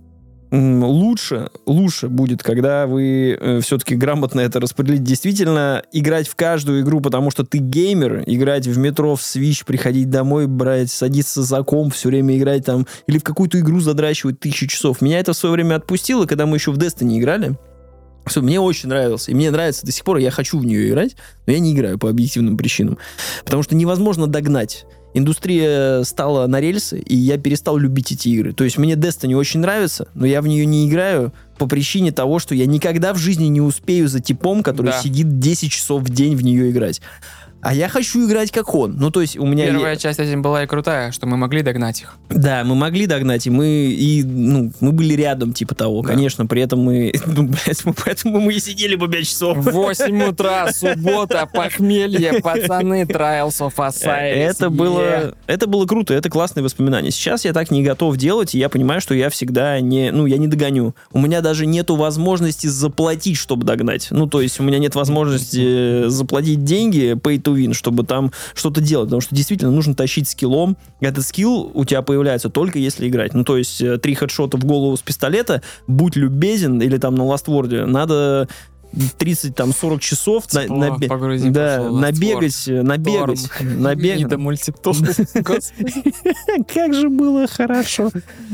лучше, лучше будет, когда вы э, все-таки грамотно это распределите. Действительно, играть в каждую игру, потому что ты геймер, играть в метро, в Switch, приходить домой, брать, садиться за комп, все время играть там, или в какую-то игру задрачивать тысячу часов. Меня это в свое время отпустило, когда мы еще в Destiny играли. Все, мне очень нравилось, и мне нравится до сих пор, я хочу в нее играть, но я не играю по объективным причинам, потому что невозможно догнать. Индустрия стала на рельсы, и я перестал любить эти игры. То есть мне Destiny очень нравится, но я в нее не играю по причине того, что я никогда в жизни не успею за типом, который Да. сидит десять часов в день в нее играть. А я хочу играть как он. Ну, то есть у меня... Первая часть этим была и крутая, что мы могли догнать их. Да, мы могли догнать, и мы, и, ну, мы были рядом, типа того. Да. Конечно, при этом мы... Ну, блядь, мы, поэтому мы и сидели по пять часов. В восемь утра, суббота, похмелье, пацаны, Trials of Osiris. Это было, это было круто, это классные воспоминания. Сейчас я так не готов делать, и я понимаю, что я всегда не, ну, я не догоню. У меня даже нету возможности заплатить, чтобы догнать. Ну, то есть у меня нет возможности заплатить деньги, pay to win, чтобы там что-то делать, потому что действительно нужно тащить скиллом. Этот скилл у тебя появляется только если играть. Ну, то есть три хедшота в голову с пистолета, будь любезен, или там на Lastword, надо... тридцать, там, сорок часов на, Тепло, набе- погрузи, да, пошел, набегать, набегать, набегать. Не до мультитул. Господи. Как же было хорошо.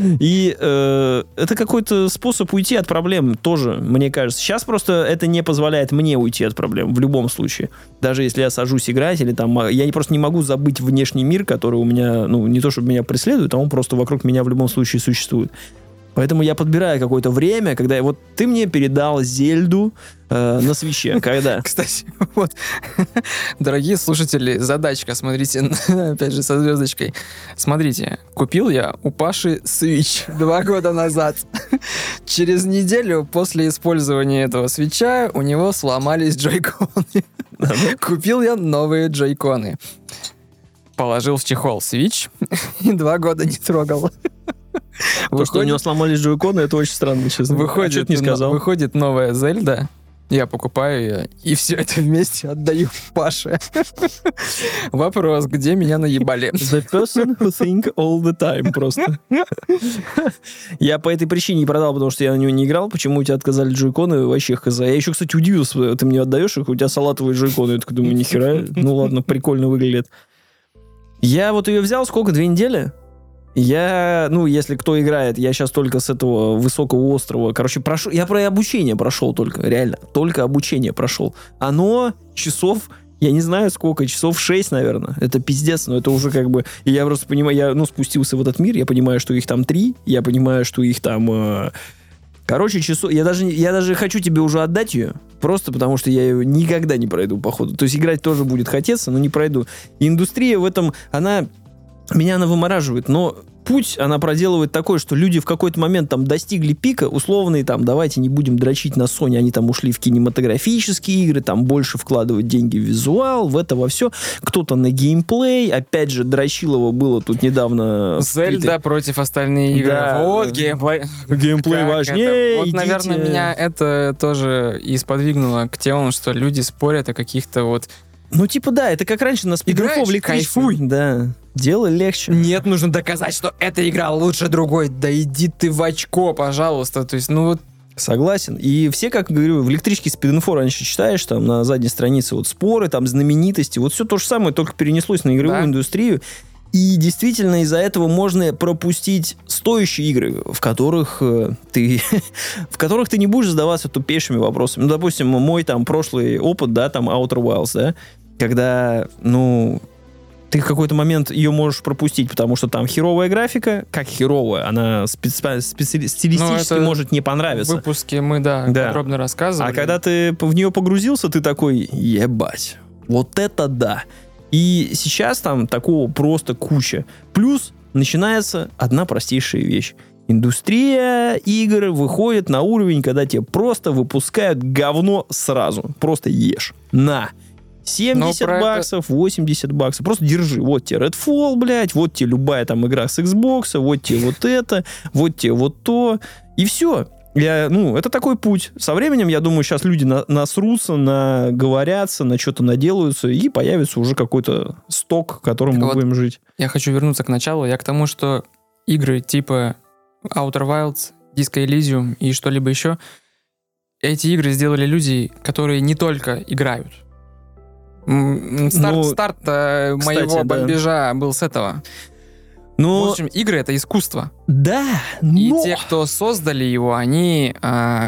И э, это какой-то способ уйти от проблем тоже, мне кажется. Сейчас просто это не позволяет мне уйти от проблем в любом случае. Даже если я сажусь играть, или там... Я просто не могу забыть внешний мир, который у меня, ну, не то чтобы меня преследует, а он просто вокруг меня в любом случае существует. Поэтому я подбираю какое-то время, когда... Вот ты мне передал Зельду э, на свитче. Когда? Кстати, вот, дорогие слушатели, задачка, смотрите, опять же, со звездочкой. Смотрите, купил я у Паши Switch два года назад. Через неделю после использования этого свитча у него сломались джойконы. Купил я новые джойконы. Положил в чехол Switch и два года не трогал. То, что у него сломались джойконы, это очень странно, честно. Выходит, А что ты не сказал? выходит новая Зельда, я покупаю ее, и все это вместе отдаю Паше. Вопрос, где меня наебали? The person who think all the time просто. Я по этой причине не продал, потому что я на него не играл. Почему у тебя отказали джойконы, вообще хз. Я еще, кстати, удивился, ты мне отдаешь их, у тебя салатовые джойконы. Я такой думаю, нихера. Ну ладно, прикольно выглядит. Я вот ее взял, сколько, две недели? Я, ну, если кто играет, я сейчас только с этого высокого острова, короче, прошел, я про обучение прошел только, реально, только обучение прошел. Оно часов, я не знаю сколько, часов шесть, наверное, это пиздец, но это уже как бы, и я просто понимаю, я, ну, спустился в этот мир, я понимаю, что их там три, я понимаю, что их там, э, короче, часов, я даже, я даже хочу тебе уже отдать ее, просто потому что я ее никогда не пройду, походу, то есть играть тоже будет хотеться, но не пройду. И индустрия в этом, она... Меня она вымораживает, но путь она проделывает такой, что люди в какой-то момент там достигли пика, условные там, давайте не будем дрочить на Sony, они там ушли в кинематографические игры, там больше вкладывать деньги в визуал, в это во все. Кто-то на геймплей, опять же, Дрочилово было тут недавно. Зельда против остальных игр. Да. Вот геймплей. Геймплей Как важнее, это? Вот, идите. наверное, меня это тоже и сподвигнуло к темам, что люди спорят о каких-то вот... Ну, типа, да, это как раньше на спидруфов Играешь, электричестве. кайфуй. Да, дело легче. Нет, нужно доказать, что эта игра лучше другой. Да иди ты в очко, пожалуйста. То есть, ну вот... Согласен. И все, как говорю, в электричке спид-инфо раньше читаешь, там на задней странице вот споры, там знаменитости, вот все то же самое, только перенеслось на игровую Да. индустрию. И действительно из-за этого можно пропустить стоящие игры, в которых э, ты в которых ты не будешь задаваться тупейшими вопросами. Ну, допустим, мой там прошлый опыт, да, там Outer Wilds, да, когда, ну, ты в какой-то момент ее можешь пропустить, потому что там херовая графика, как херовая, она специ- специ- стилистически это может не В понравиться. выпуске мы, да, Да. подробно рассказывали. А когда ты в нее погрузился, ты такой, ебать, вот это да. И сейчас там такого просто куча. Плюс начинается одна простейшая вещь. Индустрия игр выходит на уровень, когда тебе просто выпускают говно сразу. Просто ешь. На. семьдесят Но про это- баксов, восемьдесят баксов. Просто держи. Вот тебе Redfall, блядь, вот тебе любая там игра с Xbox, вот тебе вот это, вот тебе вот то. И все. Я, ну, это такой путь. Со временем, я думаю, сейчас люди на, насрутся, наговорятся, на что-то наделаются, и появится уже какой-то сток, которым Так мы вот, будем жить. Я хочу вернуться к началу. Я к тому, что игры типа Outer Wilds Disco Elysium и что-либо еще, эти игры сделали люди, которые не только играют. М, Старт, Ну, старт э, кстати, моего да. бомбежа был с этого. Ну, В общем, игры — это искусство. да, И но... те, кто создали его, они, а,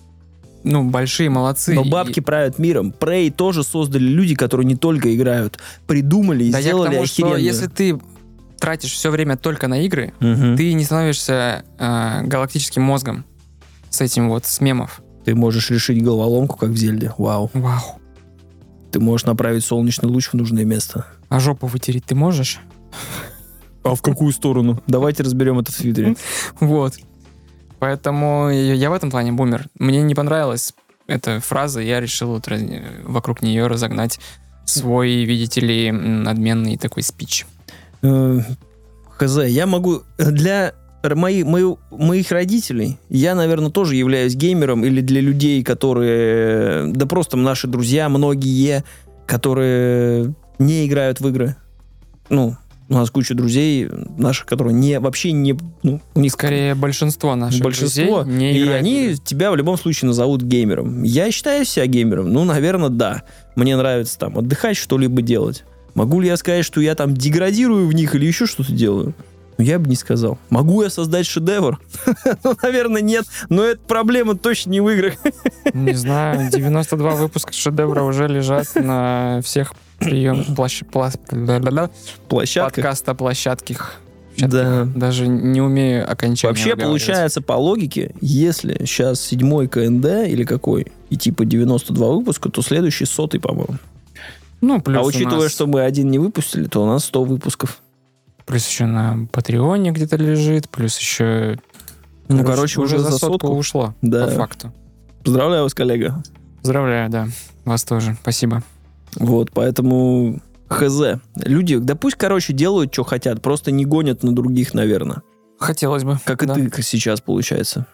ну, большие молодцы. Но И- бабки правят миром. Prey тоже создали люди, которые не только играют, придумали и Да я к сделали тому, что охеренно. если ты тратишь все время только на игры, Мгм. ты не становишься а, галактическим мозгом с этим вот, с мемов. Ты можешь решить головоломку, как в Зельде. Вау. Вау. Ты можешь направить солнечный луч в нужное место. А жопу вытереть ты можешь? А в какую сторону? Давайте разберем это в Твиттере. Вот. Поэтому я я в этом плане бумер. Мне не понравилась эта фраза, я решил вот раз- вокруг нее разогнать свой, видите ли, м, надменный такой спич. Э, Хз, я могу... Для р- мои- мою- моих родителей я, наверное, тоже являюсь геймером, или для людей, которые... Да просто наши друзья, многие, которые не играют в игры. Ну, у нас куча друзей наших, которые не, вообще не... Ну, у них Скорее, большинство наших большинство, друзей не и играет в они игры. тебя в любом случае назовут геймером. Я считаю себя геймером. Ну, наверное, да. Мне нравится там отдыхать, что-либо делать. Могу ли я сказать, что я там деградирую в них или еще что-то делаю? Ну, я бы не сказал. Могу я создать шедевр? Ну, наверное, нет. Но эта проблема точно не в играх. Не знаю, девяносто два выпуска шедевра уже лежат на всех прием площ- пла- бла-бла-бла, Площадка. подкаста площадках. Да. Даже не умею окончательно Вообще, выговаривать. получается, по логике, если сейчас седьмой КНД или какой, и типа девяносто два выпуска, то следующий сотый, по-моему. Ну, плюс А у учитывая, нас- что мы один не выпустили, то у нас сто выпусков. Плюс еще на Патреоне где-то лежит, плюс еще... Ну, короче, уже за сотку. ушло, Да. по факту. Поздравляю вас, коллега. Поздравляю, да. Вас тоже. Спасибо. Вот, поэтому хз. Люди, да пусть, короче, делают, что хотят, просто не гонят на других, наверное. Хотелось бы. Как и да. ты как сейчас, получается.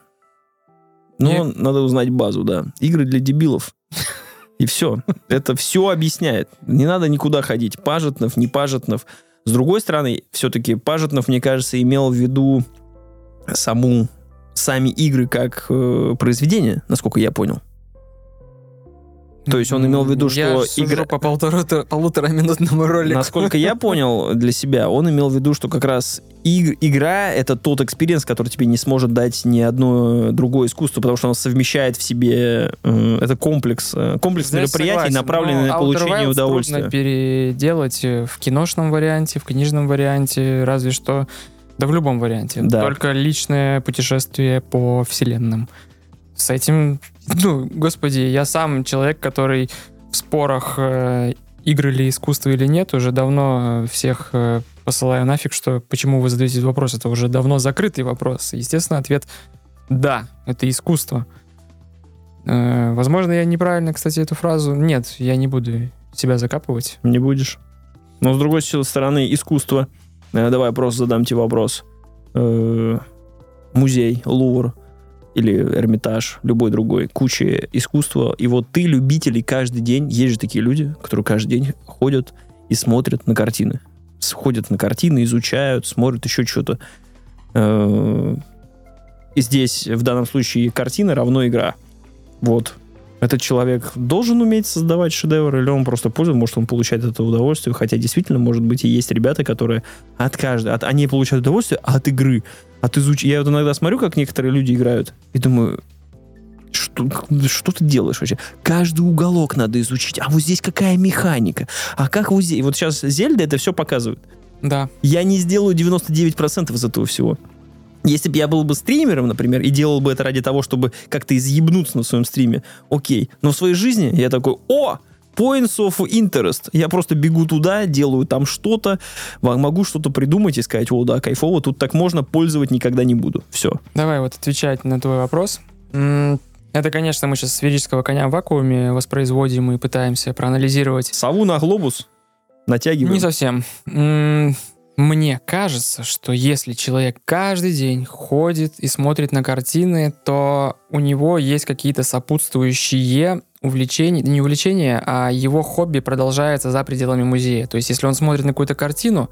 Но Не- надо узнать базу, да. Игры для дебилов. И все. Это все объясняет. Не надо никуда ходить. Пажетнов, не Пажетнов. С другой стороны, все-таки Пажетнов, мне кажется, имел в виду саму, сами игры как э, произведение, насколько я понял. То есть он имел в виду, Я что сужу игра... по полтора, полутораминутному ролику. Насколько я понял для себя, он имел в виду, что как раз иг- игра — это тот экспириенс, который тебе не сможет дать ни одно другое искусство, потому что оно совмещает в себе... э, это комплекс, э, комплекс Здесь мероприятий, согласен, направленный но на Outer получение Wilds удовольствия. трудно переделать э, в киношном варианте, в книжном варианте, разве что... Да в любом варианте. Да. Только личное путешествие по вселенным. С этим... Ну, господи, я сам человек, который в спорах, э, игры ли искусство или нет, уже давно всех э, посылаю нафиг, что почему вы задаете этот вопрос. Это уже давно закрытый вопрос. Естественно, ответ да, это искусство. Э, возможно, я неправильно, кстати, эту фразу... Нет, я не буду себя закапывать. Не будешь. Но с другой стороны, искусство. Э, давай просто задам тебе вопрос. Э, музей, Лувр или Эрмитаж, любой другой, куча искусства. И вот ты, любителей, каждый день, есть же такие люди, которые каждый день ходят и смотрят на картины. Ходят на картины, изучают, смотрят еще что-то. Э, И здесь, в данном случае, картина равно игра. Вот. Этот человек должен уметь создавать шедевр, или он просто пользуется, может, он получает от этого удовольствие, хотя действительно, может быть, и есть ребята, которые от каждой, от, они получают удовольствие от игры, от изучения. Я вот иногда смотрю, как некоторые люди играют, и думаю, что, что ты делаешь вообще? Каждый уголок надо изучить, а вот здесь какая механика, а как вот здесь? И вот сейчас Зельда это все показывает. Да. Я не сделаю девяносто девять процентов из этого всего. Если бы я был бы стримером, например, и делал бы это ради того, чтобы как-то изъебнуться на своем стриме, окей. Но в своей жизни я такой, о, points of interest. Я просто бегу туда, делаю там что-то, могу что-то придумать и сказать, о, да, кайфово, тут так можно, пользовать никогда не буду. Все. Давай вот отвечать на твой вопрос. М, Это, конечно, мы сейчас сферического коня в вакууме воспроизводим и пытаемся проанализировать. Сову на глобус натягиваем. Не совсем. М, Мне кажется, что если человек каждый день ходит и смотрит на картины, то у него есть какие-то сопутствующие увлечения, не увлечения, а его хобби продолжается за пределами музея. То есть если он смотрит на какую-то картину,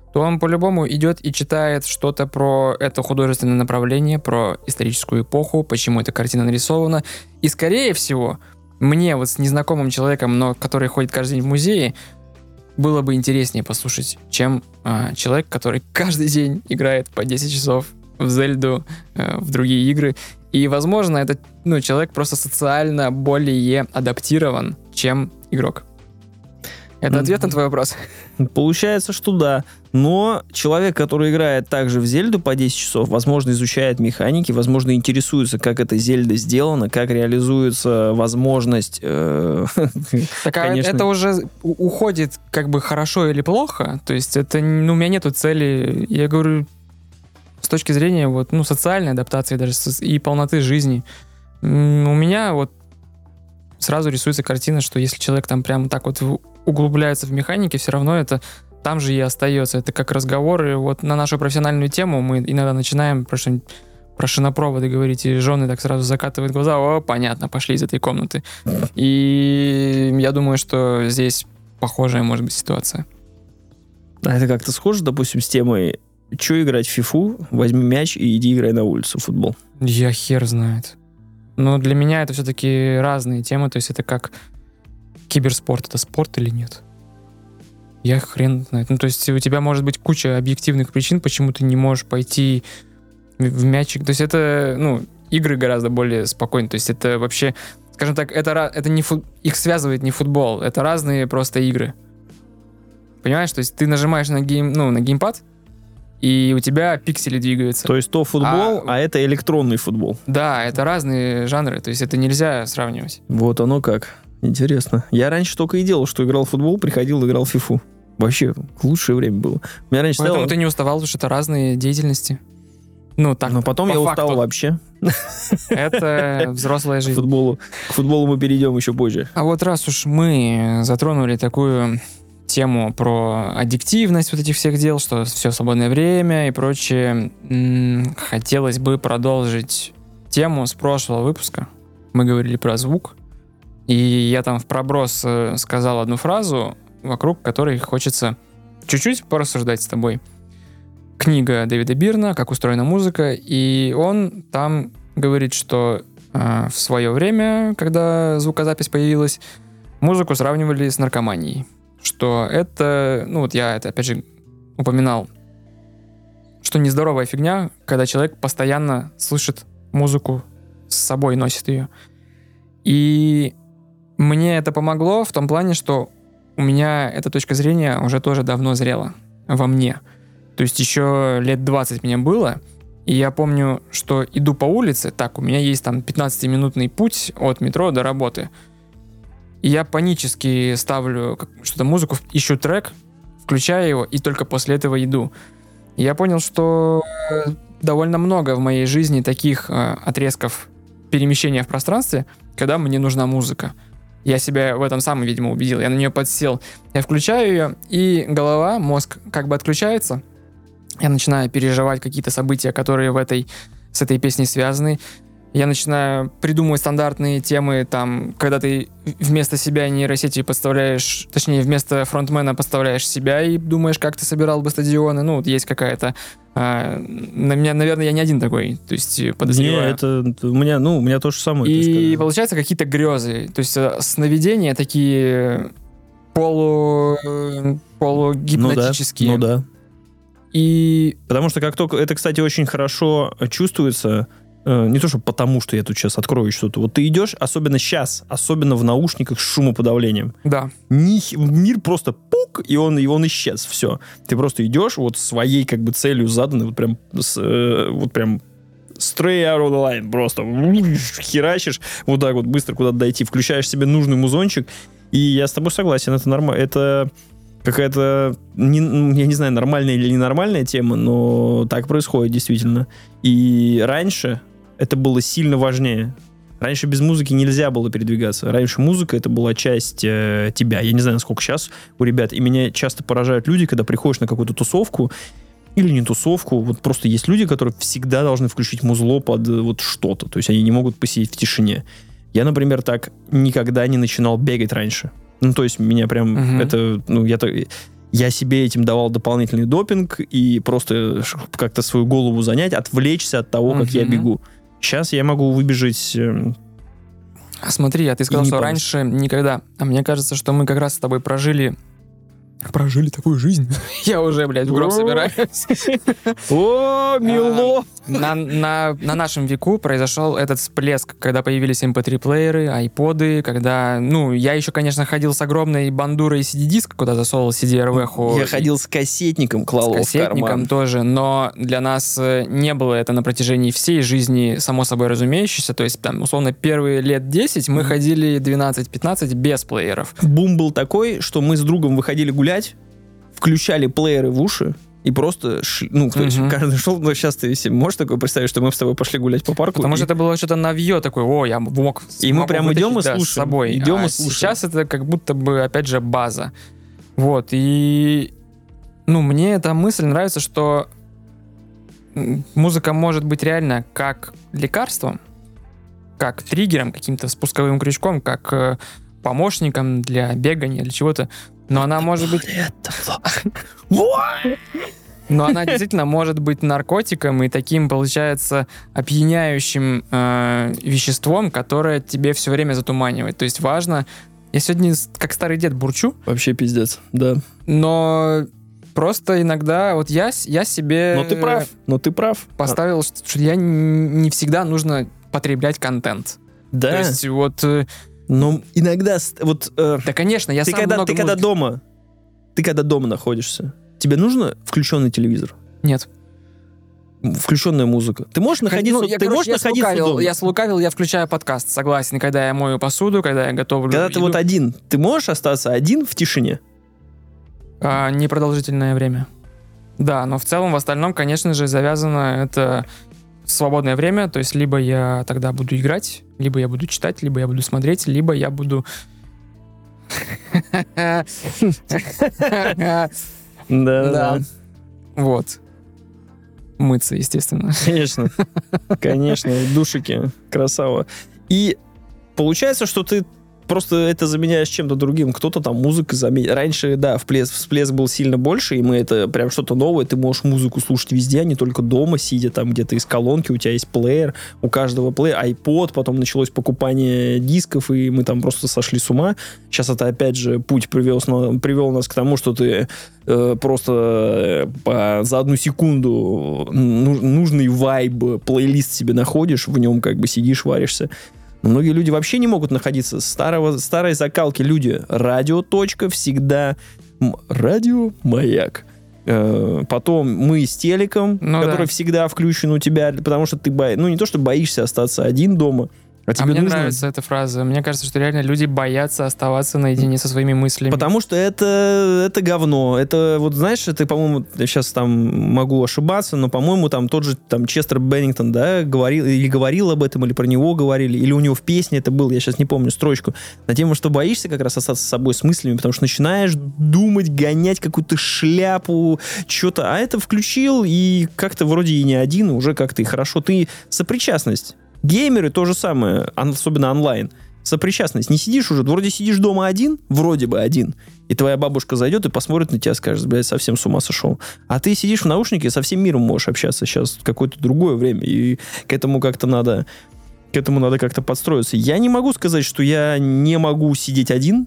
то он по-любому идет и читает что-то про это художественное направление, про историческую эпоху, почему эта картина нарисована. И, скорее всего, мне вот с незнакомым человеком, но который ходит каждый день в музее, было бы интереснее послушать, чем а, человек, который каждый день играет по десять часов в Зельду, а, в другие игры. И, возможно, этот ну, человек просто социально более адаптирован, чем игрок. Это mm-hmm. ответ на твой вопрос? Получается, что да. Но человек, который играет также в Зельду по десять часов, возможно, изучает механики, возможно, интересуется, как эта Зельда сделана, как реализуется возможность... Э, так а конечно... это уже уходит как бы хорошо или плохо? То есть это, ну, у меня нету цели, я говорю, с точки зрения вот, ну, социальной адаптации даже и полноты жизни. У меня вот сразу рисуется картина, что если человек там прямо так вот углубляется в механике, все равно это там же и остается. Это как разговоры вот на нашу профессиональную тему. Мы иногда начинаем про что-нибудь, про шинопроводы говорить, и жены так сразу закатывают глаза. О, понятно, пошли из этой комнаты. И я думаю, что здесь похожая может быть ситуация. А это как-то схоже, допустим, с темой «Че играть в фифу? Возьми мяч и иди играй на улицу в футбол». Я хер знает. Но для меня это все-таки разные темы. То есть это как киберспорт. Это спорт или нет? Я хрен знает. Ну, то есть у тебя может быть куча объективных причин, почему ты не можешь пойти в мячик. То есть это, ну, игры гораздо более спокойные. То есть это вообще, скажем так, это, это не фут... их связывает не футбол. Это разные просто игры. Понимаешь? То есть ты нажимаешь на, гейм, ну, на геймпад, и у тебя пиксели двигаются. То есть то футбол, а, а это электронный футбол. Да, это разные жанры. То есть это нельзя сравнивать. Вот оно как. Интересно. Я раньше только и делал, что играл в футбол, приходил, играл в фифу. Вообще, лучшее время было. У меня раньше Поэтому стояло... ты не уставал, потому что это разные деятельности. Ну, так. Но потом по я факту. устал вообще. Это взрослая жизнь. К футболу, к футболу мы перейдем еще позже. А вот раз уж мы затронули такую тему про аддиктивность вот этих всех дел, что все свободное время и прочее, м- хотелось бы продолжить тему с прошлого выпуска. Мы говорили про звук. И я там в проброс сказал одну фразу, вокруг которой хочется чуть-чуть порассуждать с тобой. Книга Дэвида Бирна «Как устроена музыка», и он там говорит, что э, в свое время, когда звукозапись появилась, музыку сравнивали с наркоманией. Что это, ну вот я это опять же упоминал, что нездоровая фигня, когда человек постоянно слышит музыку, с собой носит ее. И мне это помогло в том плане, что у меня эта точка зрения уже тоже давно зрела во мне. То есть еще лет двадцать мне было, и я помню, что иду по улице, так, у меня есть там пятнадцатиминутный путь от метро до работы, и я панически ставлю что-то музыку, ищу трек, включаю его, и только после этого иду. И я понял, что довольно много в моей жизни таких э, отрезков перемещения в пространстве, когда мне нужна музыка. Я себя в этом сам, видимо, убедил. Я на нее подсел. Я включаю ее, и голова, мозг как бы отключается. Я начинаю переживать какие-то события, которые в этой, с этой песней связаны. Я начинаю придумывать стандартные темы, там, когда ты вместо себя нейросети подставляешь, точнее, вместо фронтмена подставляешь себя и думаешь, как ты собирал бы стадионы. Ну, вот есть какая-то... А, на меня, наверное, я не один такой, то есть подозреваю. Не, это у меня, ну, у меня то же самое. И получается какие-то грезы, то есть сновидения такие полу... полугипнотические. Ну да, ну да. И... Потому что как только... Это, кстати, очень хорошо чувствуется... Не то, что потому, что я тут сейчас открою что-то. Вот ты идешь, особенно сейчас, особенно в наушниках с шумоподавлением. Да. Них, мир просто пук, и он, и он исчез. Все. Ты просто идешь вот своей как бы целью заданной, вот прям, с, э, вот прям straight out of the line, просто херачишь, вот так вот быстро куда-то дойти, включаешь себе нужный музончик, и я с тобой согласен, это нормально. Это какая-то, не, я не знаю, нормальная или ненормальная тема, но так происходит действительно. И раньше это было сильно важнее. Раньше без музыки нельзя было передвигаться. Раньше музыка — это была часть э, тебя. Я не знаю, насколько сейчас у ребят. И меня часто поражают люди, когда приходишь на какую-то тусовку, или не тусовку, вот просто есть люди, которые всегда должны включить музло под вот что-то. То есть они не могут посидеть в тишине. Я, например, так никогда не начинал бегать раньше. Ну, то есть меня прям... Uh-huh. Это... Ну, я так... я себе этим давал дополнительный допинг и просто как-то свою голову занять, отвлечься от того, как mm-hmm. я бегу. Сейчас я могу выбежать... Э, Смотри, а ты сказал, что помнишь. Раньше никогда. А мне кажется, что мы как раз с тобой прожили... Прожили такую жизнь. Я уже, блядь, в гроб собираюсь. О, мило! На, на, на нашем веку произошел этот всплеск, когда появились эм пэ три-плееры, айподы, когда, ну, я еще, конечно, ходил с огромной бандурой си ди-диск, куда засовывал си ди ар ви-ху. Я ходил с кассетником, клал его в карман. С кассетником тоже, но для нас не было это на протяжении всей жизни, само собой разумеющееся, то есть, там, условно, первые лет десять мы ходили двенадцать-пятнадцать без плееров. Бум был такой, что мы с другом выходили гулять, включали плееры в уши, и просто, шли, ну, кто uh-huh. каждый шел, но сейчас ты себе можешь такое представить, что мы с тобой пошли гулять по парку? Потому и... что это было что-то навье такое, о, я мог... И мы прям идем и да, слушаем. С собой. Идем а и слушаем. Сейчас это как будто бы, опять же, база. Вот, и... Ну, мне эта мысль нравится, что музыка может быть реально как лекарством, как триггером, каким-то спусковым крючком, как помощником для бегания, для чего-то. Но она может быть... Но она действительно может быть наркотиком и таким, получается, опьяняющим э, веществом, которое тебе все время затуманивает. То есть важно... Я сегодня как старый дед бурчу. Вообще пиздец, да. Но просто иногда... Вот я, я себе... Но ты прав, но ты прав. Поставил, а. что, что я не всегда нужно потреблять контент. Да. То есть вот... Но иногда... Вот, э, да, конечно, я ты сам когда, много Ты когда музыки... дома... Ты когда дома находишься, тебе нужно включенный телевизор? Нет. Включенная музыка. Ты можешь находиться, ну, я, ты короче, можешь я находиться слукавил, дома? Я слукавил, я включаю подкаст, согласен. Когда я мою посуду, когда я готовлю... Когда ты еду. вот один, ты можешь остаться один в тишине? А, непродолжительное время. Да, но в целом, в остальном, конечно же, завязано это свободное время. То есть либо я тогда буду играть, либо я буду читать, либо я буду смотреть, либо я буду... Да-да. Вот. Мыться, естественно. Конечно. Конечно, душики. Красава. И получается, что ты просто это заменяешь чем-то другим. Кто-то там музыкой заменяет. Раньше, да, всплеск, всплеск был сильно больше, и мы это прям что-то новое. Ты можешь музыку слушать везде, а не только дома, сидя там где-то из колонки. У тебя есть плеер, у каждого плеер, айпод, потом началось покупание дисков, и мы там просто сошли с ума. Сейчас это, опять же, путь привел, привел нас к тому, что ты э, просто э, по, за одну секунду нужный вайб, плейлист себе находишь, в нем как бы сидишь, варишься. Но многие люди вообще не могут находиться. Старого, старой закалки люди. Радио. Точка, всегда. Радио. Маяк. Э, потом мы с телеком, ну, который да. всегда включен у тебя, потому что ты боишься. Ну, не то, что боишься остаться один дома. А, тебе а мне нужно... нравится эта фраза. Мне кажется, что реально люди боятся оставаться наедине со своими мыслями. Потому что это, это говно. Это, вот знаешь, это, по-моему, я сейчас там могу ошибаться, но, по-моему, там тот же там Честер Беннингтон, да, говорил, или говорил об этом, или про него говорили, или у него в песне это было, я сейчас не помню строчку, на тему, что боишься как раз остаться с собой, с мыслями, потому что начинаешь думать, гонять какую-то шляпу, что-то, а это включил, и как-то вроде и не один, уже как-то и хорошо. Ты сопричастность. Геймеры то же самое, особенно онлайн. Сопричастность. Не сидишь уже, вроде сидишь дома один, вроде бы один, и твоя бабушка зайдет и посмотрит на тебя, скажет, блядь, совсем с ума сошел. А ты сидишь в наушнике и со всем миром можешь общаться. Сейчас какое-то другое время, и к этому как-то надо, к этому надо как-то подстроиться. Я не могу сказать, что я не могу сидеть один,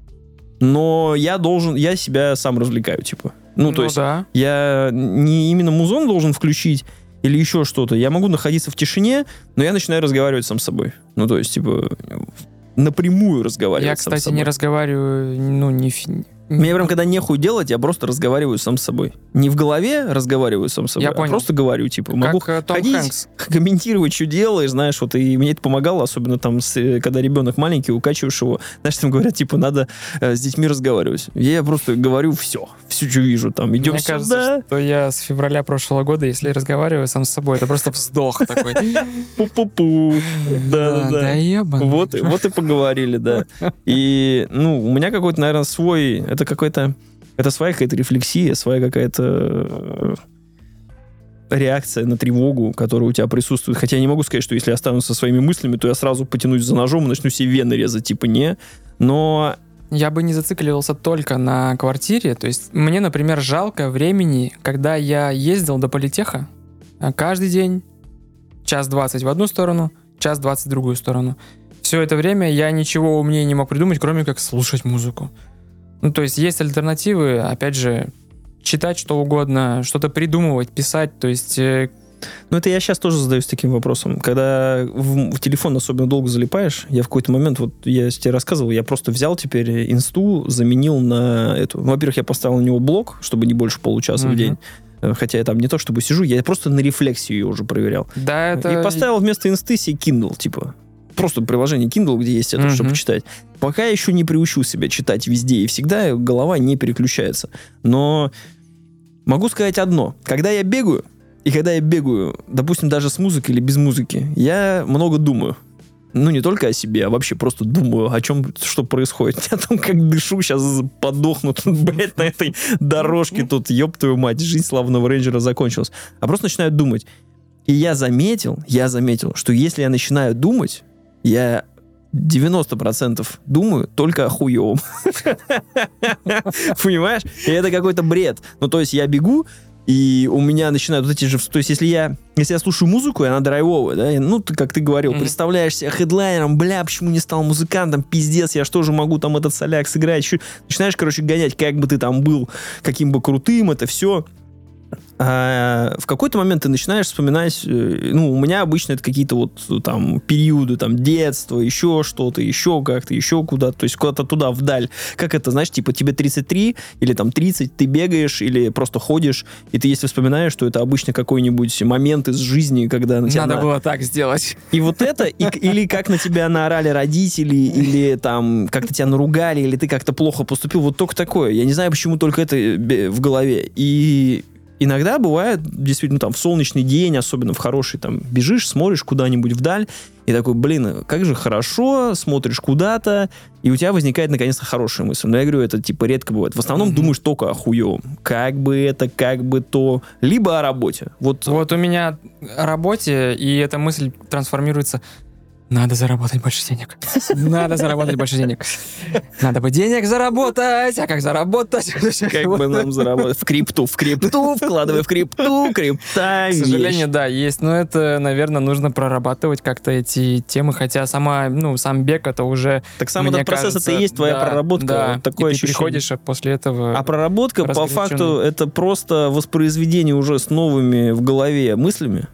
но я должен, я себя сам развлекаю, типа. Ну, ну то есть да. я не именно музон должен включить, или еще что-то. Я могу находиться в тишине, но я начинаю разговаривать сам с собой. Ну, то есть, типа, напрямую разговаривать я, сам с собой. Я, кстати, не разговариваю, ну, не... Фи... Мне прям, когда нехуй делать, я просто разговариваю сам с собой. Не в голове разговариваю сам с собой, я а понял. просто говорю, типа, как могу Том ходить, Хэнкс. комментировать, что делаешь, знаешь, вот, и мне это помогало, особенно там, с, когда ребенок маленький, укачиваешь его, знаешь, там говорят, типа, надо э, с детьми разговаривать. Я просто говорю все, все, что вижу, там, идем Мне сюда. кажется, что я с февраля прошлого года, если разговариваю сам с собой, это просто вздох такой. Пу-пу-пу. Да-да-да. Да ебаный. Вот и поговорили, да. И, ну, у меня какой-то, наверное, свой, это какой-то Это своя какая-то рефлексия, своя какая-то реакция на тревогу, которая у тебя присутствует. Хотя я не могу сказать, что если я останусь со своими мыслями, то я сразу потянусь за ножом и начну себе вены резать. Типа не. Но я бы не зацикливался только на квартире. То есть мне, например, жалко времени, когда я ездил до политеха каждый день, час двадцать в одну сторону, час двадцать в другую сторону. Все это время я ничего умнее не мог придумать, кроме как слушать музыку. Ну, то есть есть альтернативы, опять же, читать что угодно, что-то придумывать, писать, то есть... Э... Ну, это я сейчас тоже задаюсь таким вопросом. Когда в, в телефон особенно долго залипаешь, я в какой-то момент, вот я тебе рассказывал, я просто взял теперь инсту, заменил на эту... Во-первых, я поставил на него блок, чтобы не больше получаса mm-hmm. в день. Хотя я там не то чтобы сижу, я просто на рефлексию ее уже проверял. Да, это... И поставил вместо инсты себе Kindle, типа... Просто приложение Kindle, где есть это, mm-hmm. чтобы читать. Пока я еще не приучил себя читать везде и всегда, голова не переключается. Но могу сказать одно. Когда я бегаю, и когда я бегаю, допустим, даже с музыкой или без музыки, я много думаю. Ну, не только о себе, а вообще просто думаю, о чем, что происходит. О том, как дышу, сейчас подохну тут, блядь, на этой дорожке тут, ёб твою мать, жизнь славного рейнджера закончилась. А просто начинаю думать. И я заметил, я заметил, что если я начинаю думать, я девяносто процентов думаю только о хуевом. Понимаешь? И это какой-то бред. Ну, то есть я бегу, и у меня начинают вот эти же... То есть если я, если я слушаю музыку, и она драйвовая, да, ну, ты, как ты говорил, mm-hmm. представляешь себя хедлайнером, бля, почему не стал музыкантом, пиздец, я что же могу там этот соляк сыграть? Еще... Начинаешь, короче, гонять, как бы ты там был, каким бы крутым, это все... А в какой-то момент ты начинаешь вспоминать, ну, у меня обычно это какие-то вот там периоды, там, детства, еще что-то, еще как-то, еще куда-то, то есть куда-то туда, вдаль. Как это, знаешь, типа тебе тридцать три или там тридцать, ты бегаешь или просто ходишь, и ты если вспоминаешь, что это обычно какой-нибудь момент из жизни, когда на тебя... Надо на... было так сделать. И вот это, и, или как на тебя наорали родители, или там как-то тебя наругали, или ты как-то плохо поступил, вот только такое. Я не знаю, почему только это в голове. И... Иногда бывает, действительно, там, в солнечный день, особенно в хороший, там, бежишь, смотришь куда-нибудь вдаль, и такой, блин, как же хорошо, смотришь куда-то, и у тебя возникает, наконец-то, хорошая мысль. Но я говорю, это, типа, редко бывает. В основном mm-hmm. думаешь только о хуевом. Как бы это, как бы то. Либо о работе. Вот, вот у меня о работе, и эта мысль трансформируется... Надо заработать больше денег. Надо заработать больше денег. Надо бы денег заработать. А как заработать? Как бы нам заработать? В крипту, в крипту, вкладывай в крипту, крипта. К сожалению, да, есть. Но это, наверное, нужно прорабатывать как-то эти темы. Хотя сама, ну, сам бег это уже... Так сам этот процесс, это и есть твоя проработка. Да, такое и ты приходишь после этого... А проработка, по факту, это просто воспроизведение уже с новыми в голове мыслями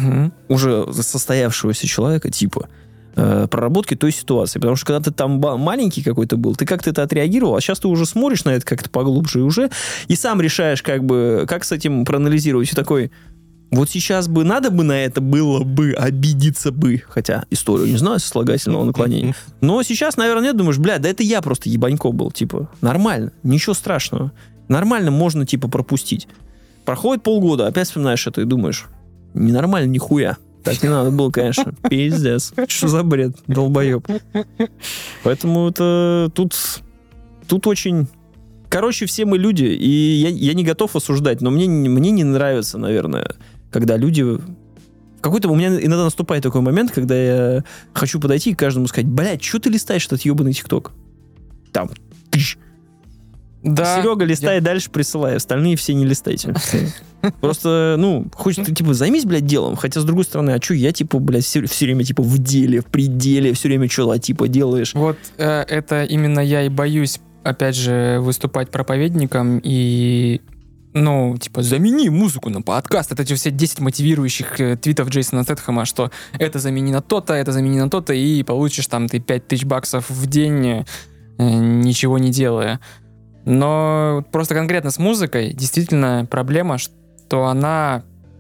уже состоявшегося человека, типа... проработки той ситуации. Потому что когда ты там маленький какой-то был, ты как-то это отреагировал, а сейчас ты уже смотришь на это как-то поглубже и уже, и сам решаешь, как бы, как с этим проанализировать. И такой, вот сейчас бы надо бы на это было бы, обидеться бы. Хотя историю не знаю, сослагательного наклонения. Но сейчас, наверное, нет, думаешь, бля, да это я просто ебанько был. Типа, нормально, ничего страшного. Нормально можно, типа, пропустить. Проходит полгода, опять вспоминаешь это и думаешь, ненормально нихуя. Так не надо было, конечно. Пиздец. Что за бред? Долбоеб. Поэтому это тут, тут очень... Короче, все мы люди, и я, я не готов осуждать, но мне, мне не нравится, наверное, когда люди... В какой-то... У меня иногда наступает такой момент, когда я хочу подойти и каждому сказать, блядь, что ты листаешь этот ебаный ТикТок? Там. Тыщ. Да, Серега, листай, я... дальше присылай. Остальные все не листайте. Просто, ну, хочется, типа, займись, блядь, делом. Хотя, с другой стороны, а что я, типа, блядь, все, все время, типа, в деле, в пределе, все время что-то, типа, делаешь. Вот э, это именно я и боюсь, опять же, выступать проповедником и... Ну, типа, замени музыку на подкаст. Это все десять мотивирующих э, твитов Джейсона Стэтхэма, что это замени на то-то, это замени на то-то, и получишь там ты пять тысяч баксов в день, э, ничего не делая. Но просто конкретно с музыкой действительно проблема, что она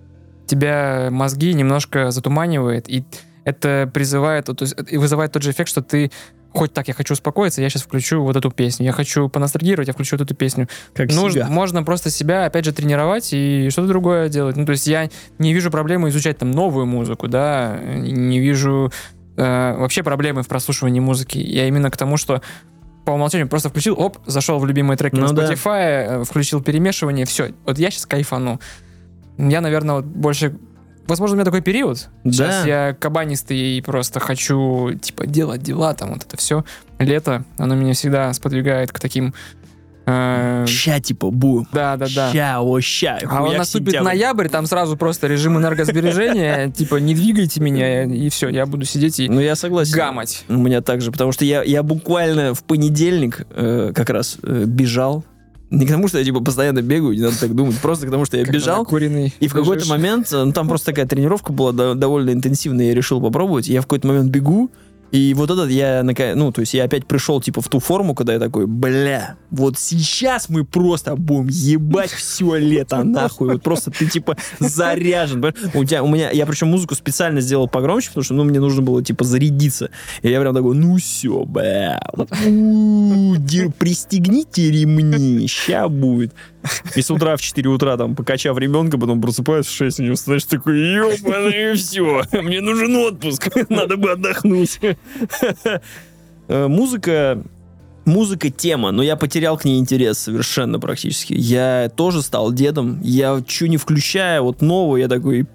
тебя мозги немножко затуманивает, и это призывает, то есть, и вызывает тот же эффект, что ты хоть так, я хочу успокоиться, я сейчас включу вот эту песню, я хочу поностальгировать, я включу вот эту песню. Как Нужно, себя. Можно просто себя, опять же, тренировать и что-то другое делать. Ну, то есть я не вижу проблемы изучать там новую музыку, да, не вижу э, вообще проблемы в прослушивании музыки. Я именно к тому, что по умолчанию просто включил, оп, зашел в любимые треки ну на Spotify, да. Включил перемешивание, все. Вот я сейчас кайфану. Я, наверное, вот больше возможно, у меня такой период. Сейчас Да. я кабанистый и просто хочу, типа, делать дела, там, вот это все. Лето, оно меня всегда сподвигает к таким... э, Ща, типа, будем. Да, да, да. Ща, о, ща. А он хуяк наступит сентябрь. ноябрь, там сразу просто режим энергосбережения, типа, не двигайте меня, и все, я буду сидеть и Ну, я согласен. гамать. У меня также, потому что я, я буквально в понедельник э, как раз э, бежал. Не к тому, что я типа постоянно бегаю, не надо так думать, просто к тому, что я Когда бежал. накуренный И в какой-то лежишь. момент, э, ну, там просто такая тренировка была до- довольно интенсивная, я решил попробовать. И я в какой-то момент бегу, и вот этот я, нака- ну, то есть я опять пришел типа в ту форму, когда я такой, бля, вот сейчас мы просто будем ебать все лето нахуй. Вот просто ты типа заряжен. понимаешь? У тебя, у меня, я причем музыку специально сделал погромче, потому что, ну, мне нужно было типа зарядиться. И я прям такой, ну все, бля, вот, у, ди- пристегните ремни, ща будет. И с утра в четыре утра, там, покачав ребенка, потом просыпаюсь в шесть, и знаешь, такой, ёбаный, все, мне нужен отпуск, надо бы отдохнуть. Э, Музыка, музыка тема, но я потерял к ней интерес совершенно практически. Я тоже стал дедом, я что не включая, вот новое, я такой...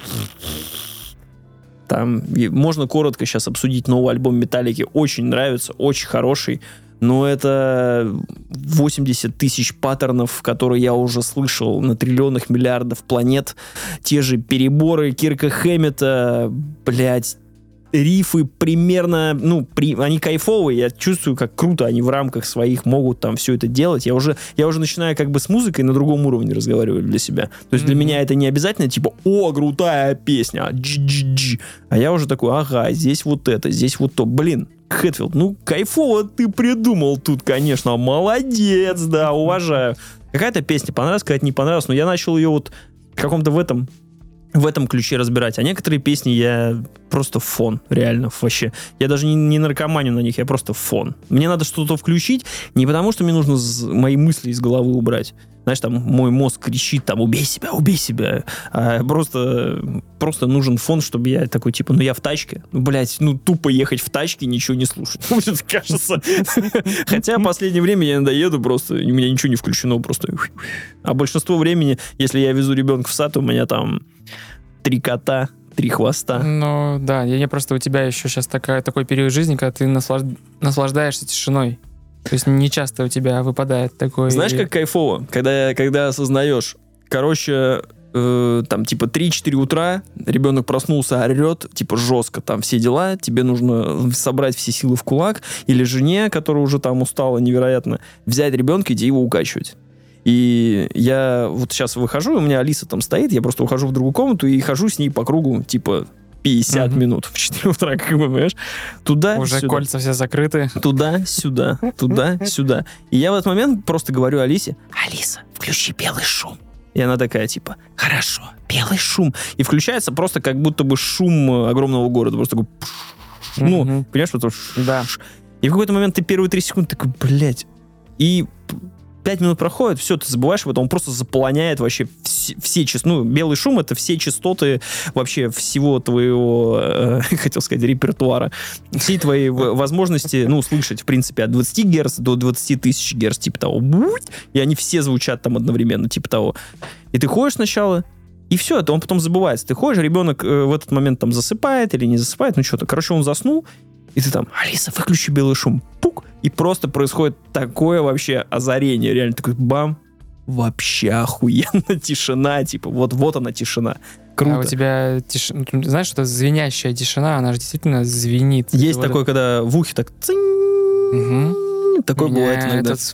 Там и можно коротко сейчас обсудить новый альбом Металлики, очень нравится, очень хороший. Но это восемьдесят тысяч паттернов, которые я уже слышал на триллионах миллиардов планет. Те же переборы Кирка Хэммета, блядь, рифы примерно, ну, при, они кайфовые, я чувствую, как круто они в рамках своих могут там все это делать. Я уже, я уже начинаю как бы с музыкой на другом уровне разговаривать для себя. То есть mm-hmm. для меня это не обязательно, типа, о, крутая песня, джи-джи-джи. А я уже такой, ага, здесь вот это, здесь вот то. Блин, Хэтфилд, ну, кайфово ты придумал тут, конечно, молодец, да, уважаю. Какая-то песня понравилась, какая-то не понравилась, но я начал ее вот в каком-то в этом в этом ключе разбирать. А некоторые песни я просто фон, реально, вообще. Я даже не, не наркоманю на них, я просто фон. Мне надо что-то включить, не потому что мне нужно з- мои мысли из головы убрать. Знаешь, там мой мозг кричит, там, убей себя, убей себя. А просто, просто нужен фон, чтобы я такой, типа, ну я в тачке. Ну, блядь, ну тупо ехать в тачке, ничего не слушать. Мне кажется. Хотя в последнее время я иногда еду просто, у меня ничего не включено, просто. А большинство времени, если я везу ребенка в сад, у меня там три кота, три хвоста. Ну, да, я не просто у тебя еще сейчас такая, такой период жизни, когда ты наслаж... наслаждаешься тишиной. То есть не часто у тебя выпадает такой... Знаешь, как кайфово, когда, когда осознаешь, короче, э, там, типа, три-четыре утра, ребенок проснулся, орет, типа, жестко, там, все дела, тебе нужно собрать все силы в кулак, или жене, которая уже там устала невероятно, взять ребенка и идти его укачивать. И я вот сейчас выхожу, у меня Алиса там стоит, я просто ухожу в другую комнату и хожу с ней по кругу, типа, пятьдесят Мгм. минут в четыре утра, как бы, понимаешь? Туда, Уже сюда. кольца все закрыты. Туда-сюда, туда-сюда. И я в этот момент просто говорю Алисе: Алиса, включи белый шум. И она такая, типа, хорошо, белый шум. И включается просто как будто бы шум огромного города. Просто такой... пш. Ну, Мгм. понимаешь, вот это... Да. И в какой-то момент ты первые три секунды такой, блядь. И пять минут проходит, все, ты забываешь об этом, он просто заполоняет вообще все, все частоты. Ну, белый шум — это все частоты вообще всего твоего, э, хотел сказать, репертуара. Все твои в- возможности, ну, слышать, в принципе, от двадцати герц до двадцати тысяч герц, типа того. И они все звучат там одновременно, типа того. И ты ходишь сначала, и все, это он потом забывается. Ты ходишь, ребенок э, в этот момент там засыпает или не засыпает, ну что-то. Короче, он заснул, и ты там, Алиса, выключи белый шум. Пук. И просто происходит такое вообще озарение. Реально такой бам. Вообще охуенно тишина. Типа вот, вот она тишина. Круто. А у тебя тишина... Знаешь, что звенящая тишина, она же действительно звенит. Есть Вот такое, когда в ухе так... цинь. Мгм. Такое Меня бывает иногда. этот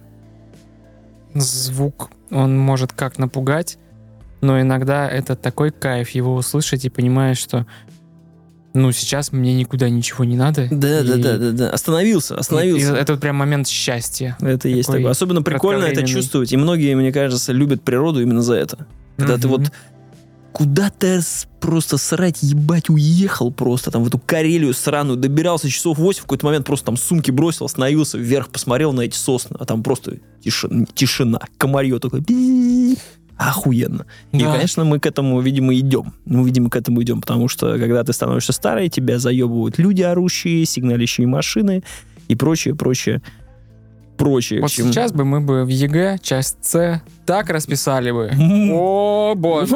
звук, он может как напугать, но иногда это такой кайф его услышать и понимаешь, что ну, сейчас мне никуда ничего не надо. Да, и- да, да, да, да. Остановился, и остановился. это вот прям момент счастья. Это есть такой такое. Особенно прикольно это кратковременный. чувствовать. И многие, мне кажется, любят природу именно за это. Когда ты Мгм. вот куда-то с- просто срать, ебать, уехал просто там в эту Карелию сраную, добирался часов восемь, в какой-то момент просто там сумки бросил, остановился, вверх посмотрел на эти сосны, а там просто тишина, тишина. Комарье такое. «Би». Охуенно. И, Да. конечно, мы к этому, видимо, идем. Мы, видимо, к этому идем, потому что, когда ты становишься старой, тебя заебывают люди орущие, сигналящие машины и прочее, прочее, прочее. Вот Чем- сейчас бы мы бы в ЕГЭ, часть С, так расписали бы. М. О, боже.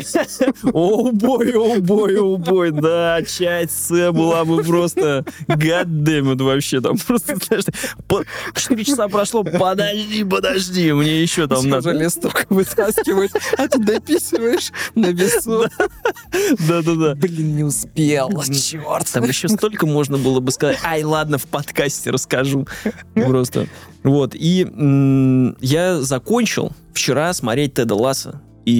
О бой, о бой, о бой, да, часть С была бы просто goddammit вообще, там просто, знаешь, по- четыре часа прошло, подожди, подожди, мне еще там Уже надо. листок вытаскивает, а ты дописываешь на весу. Да-да-да. Блин, не успел, черт. Там еще столько можно было бы сказать. Ай, ладно, в подкасте расскажу. Просто. Вот. И м, я закончил вчера смотреть Теда Ласса.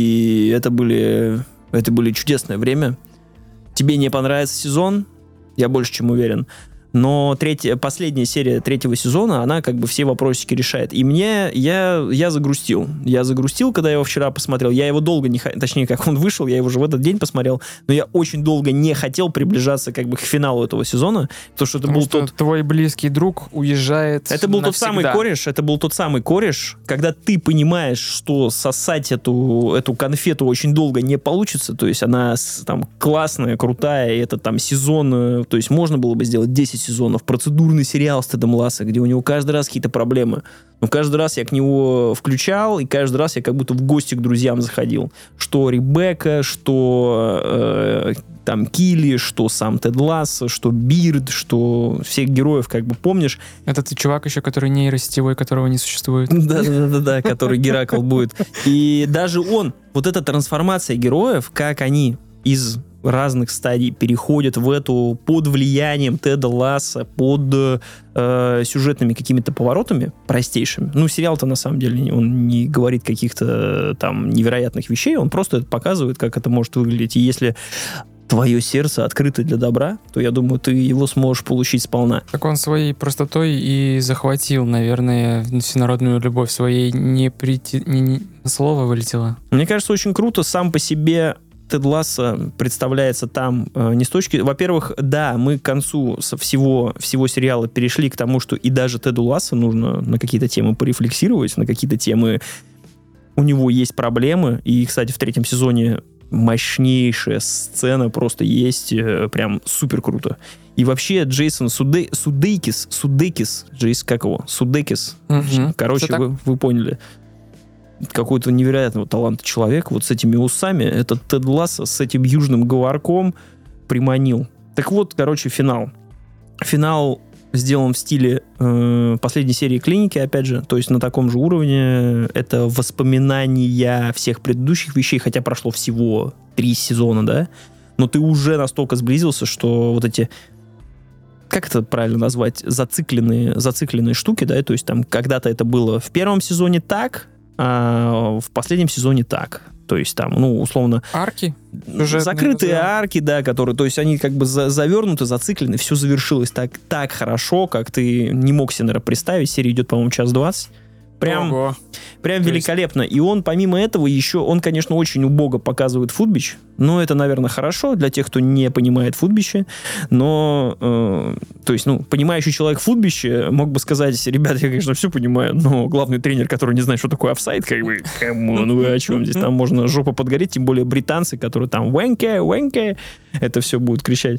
И это были, это были чудесное время. Тебе не понравится сезон? Я больше чем уверен. Но третья, последняя серия третьего сезона, она как бы все вопросики решает. И мне, я, я загрустил. Я загрустил, когда я его вчера посмотрел. Я его долго не хотел, точнее, как он вышел, я его уже в этот день посмотрел, но я очень долго не хотел приближаться как бы к финалу этого сезона, потому что это Потому был что тот... твой близкий друг уезжает Это был тот навсегда. самый кореш, это был тот самый кореш, когда ты понимаешь, что сосать эту, эту конфету очень долго не получится, то есть она с- там классная, крутая, и это там сезон, э, то есть можно было бы сделать десять сезонов, процедурный сериал с Тедом Лассо, где у него каждый раз какие-то проблемы. Но каждый раз я к него включал, и каждый раз я как будто в гости к друзьям заходил. Что Ребекка, что э, там Килли, что сам Тед Лассо, что Бирд, что всех героев как бы помнишь. Это ты чувак еще, который нейросетевой, которого не существует. Да-да-да, который Геракл будет. И даже он, вот эта трансформация героев, как они из разных стадий переходят в эту под влиянием Теда Ласса, под э, сюжетными какими-то поворотами простейшими. Ну, сериал-то на самом деле он не говорит каких-то э, там невероятных вещей, он просто показывает, как это может выглядеть. И если твое сердце открыто для добра, то я думаю, ты его сможешь получить сполна. Так он своей простотой и захватил, наверное, всенародную любовь своей не прийти... Не, не- Слово вылетело. Мне кажется, очень круто сам по себе Тед Лассо представляется там э, не с точки... Во-первых, да, мы к концу со всего, всего сериала перешли к тому, что и даже Теду Лассо нужно на какие-то темы порефлексировать, на какие-то темы у него есть проблемы. И, кстати, в третьем сезоне мощнейшая сцена просто есть, э, прям супер круто. И вообще Джейсон Суде... Судейкис, Судейкис, Джейс, как его? Судейкис. Мгм. Короче, Всё так? вы, вы поняли. Какой-то невероятного таланта человек, вот с этими усами, этот Тед Лассо с этим южным говорком приманил. Так вот, короче, финал. Финал сделан в стиле э, последней серии «Клиники», опять же, то есть на таком же уровне. Это воспоминания всех предыдущих вещей, хотя прошло всего три сезона, да? Но ты уже настолько сблизился, что вот эти... Как это правильно назвать? Зацикленные, зацикленные штуки, да? То есть там когда-то это было в первом сезоне так, а в последнем сезоне так. То есть там, ну, условно... Арки? Сюжетные, Закрытые назовем. арки, да, которые... То есть они как бы за- завернуты, зациклены, все завершилось так, так хорошо, как ты не мог себе, наверное, представить. Серия идет, по-моему, час двадцать. Прям, Ого. прям То есть- великолепно. И он, помимо этого, еще... Он, конечно, очень убого показывает футбич, но это, наверное, хорошо для тех, кто не понимает футбичи. Но, э, то есть, ну, понимающий человек футбичи мог бы сказать: ребят, я, конечно, все понимаю, но главный тренер, который не знает, что такое офсайд, как бы, камон, ну вы о чем здесь? Там можно жопа подгореть, тем более британцы, которые там «Венке, Венке», это все будут кричать.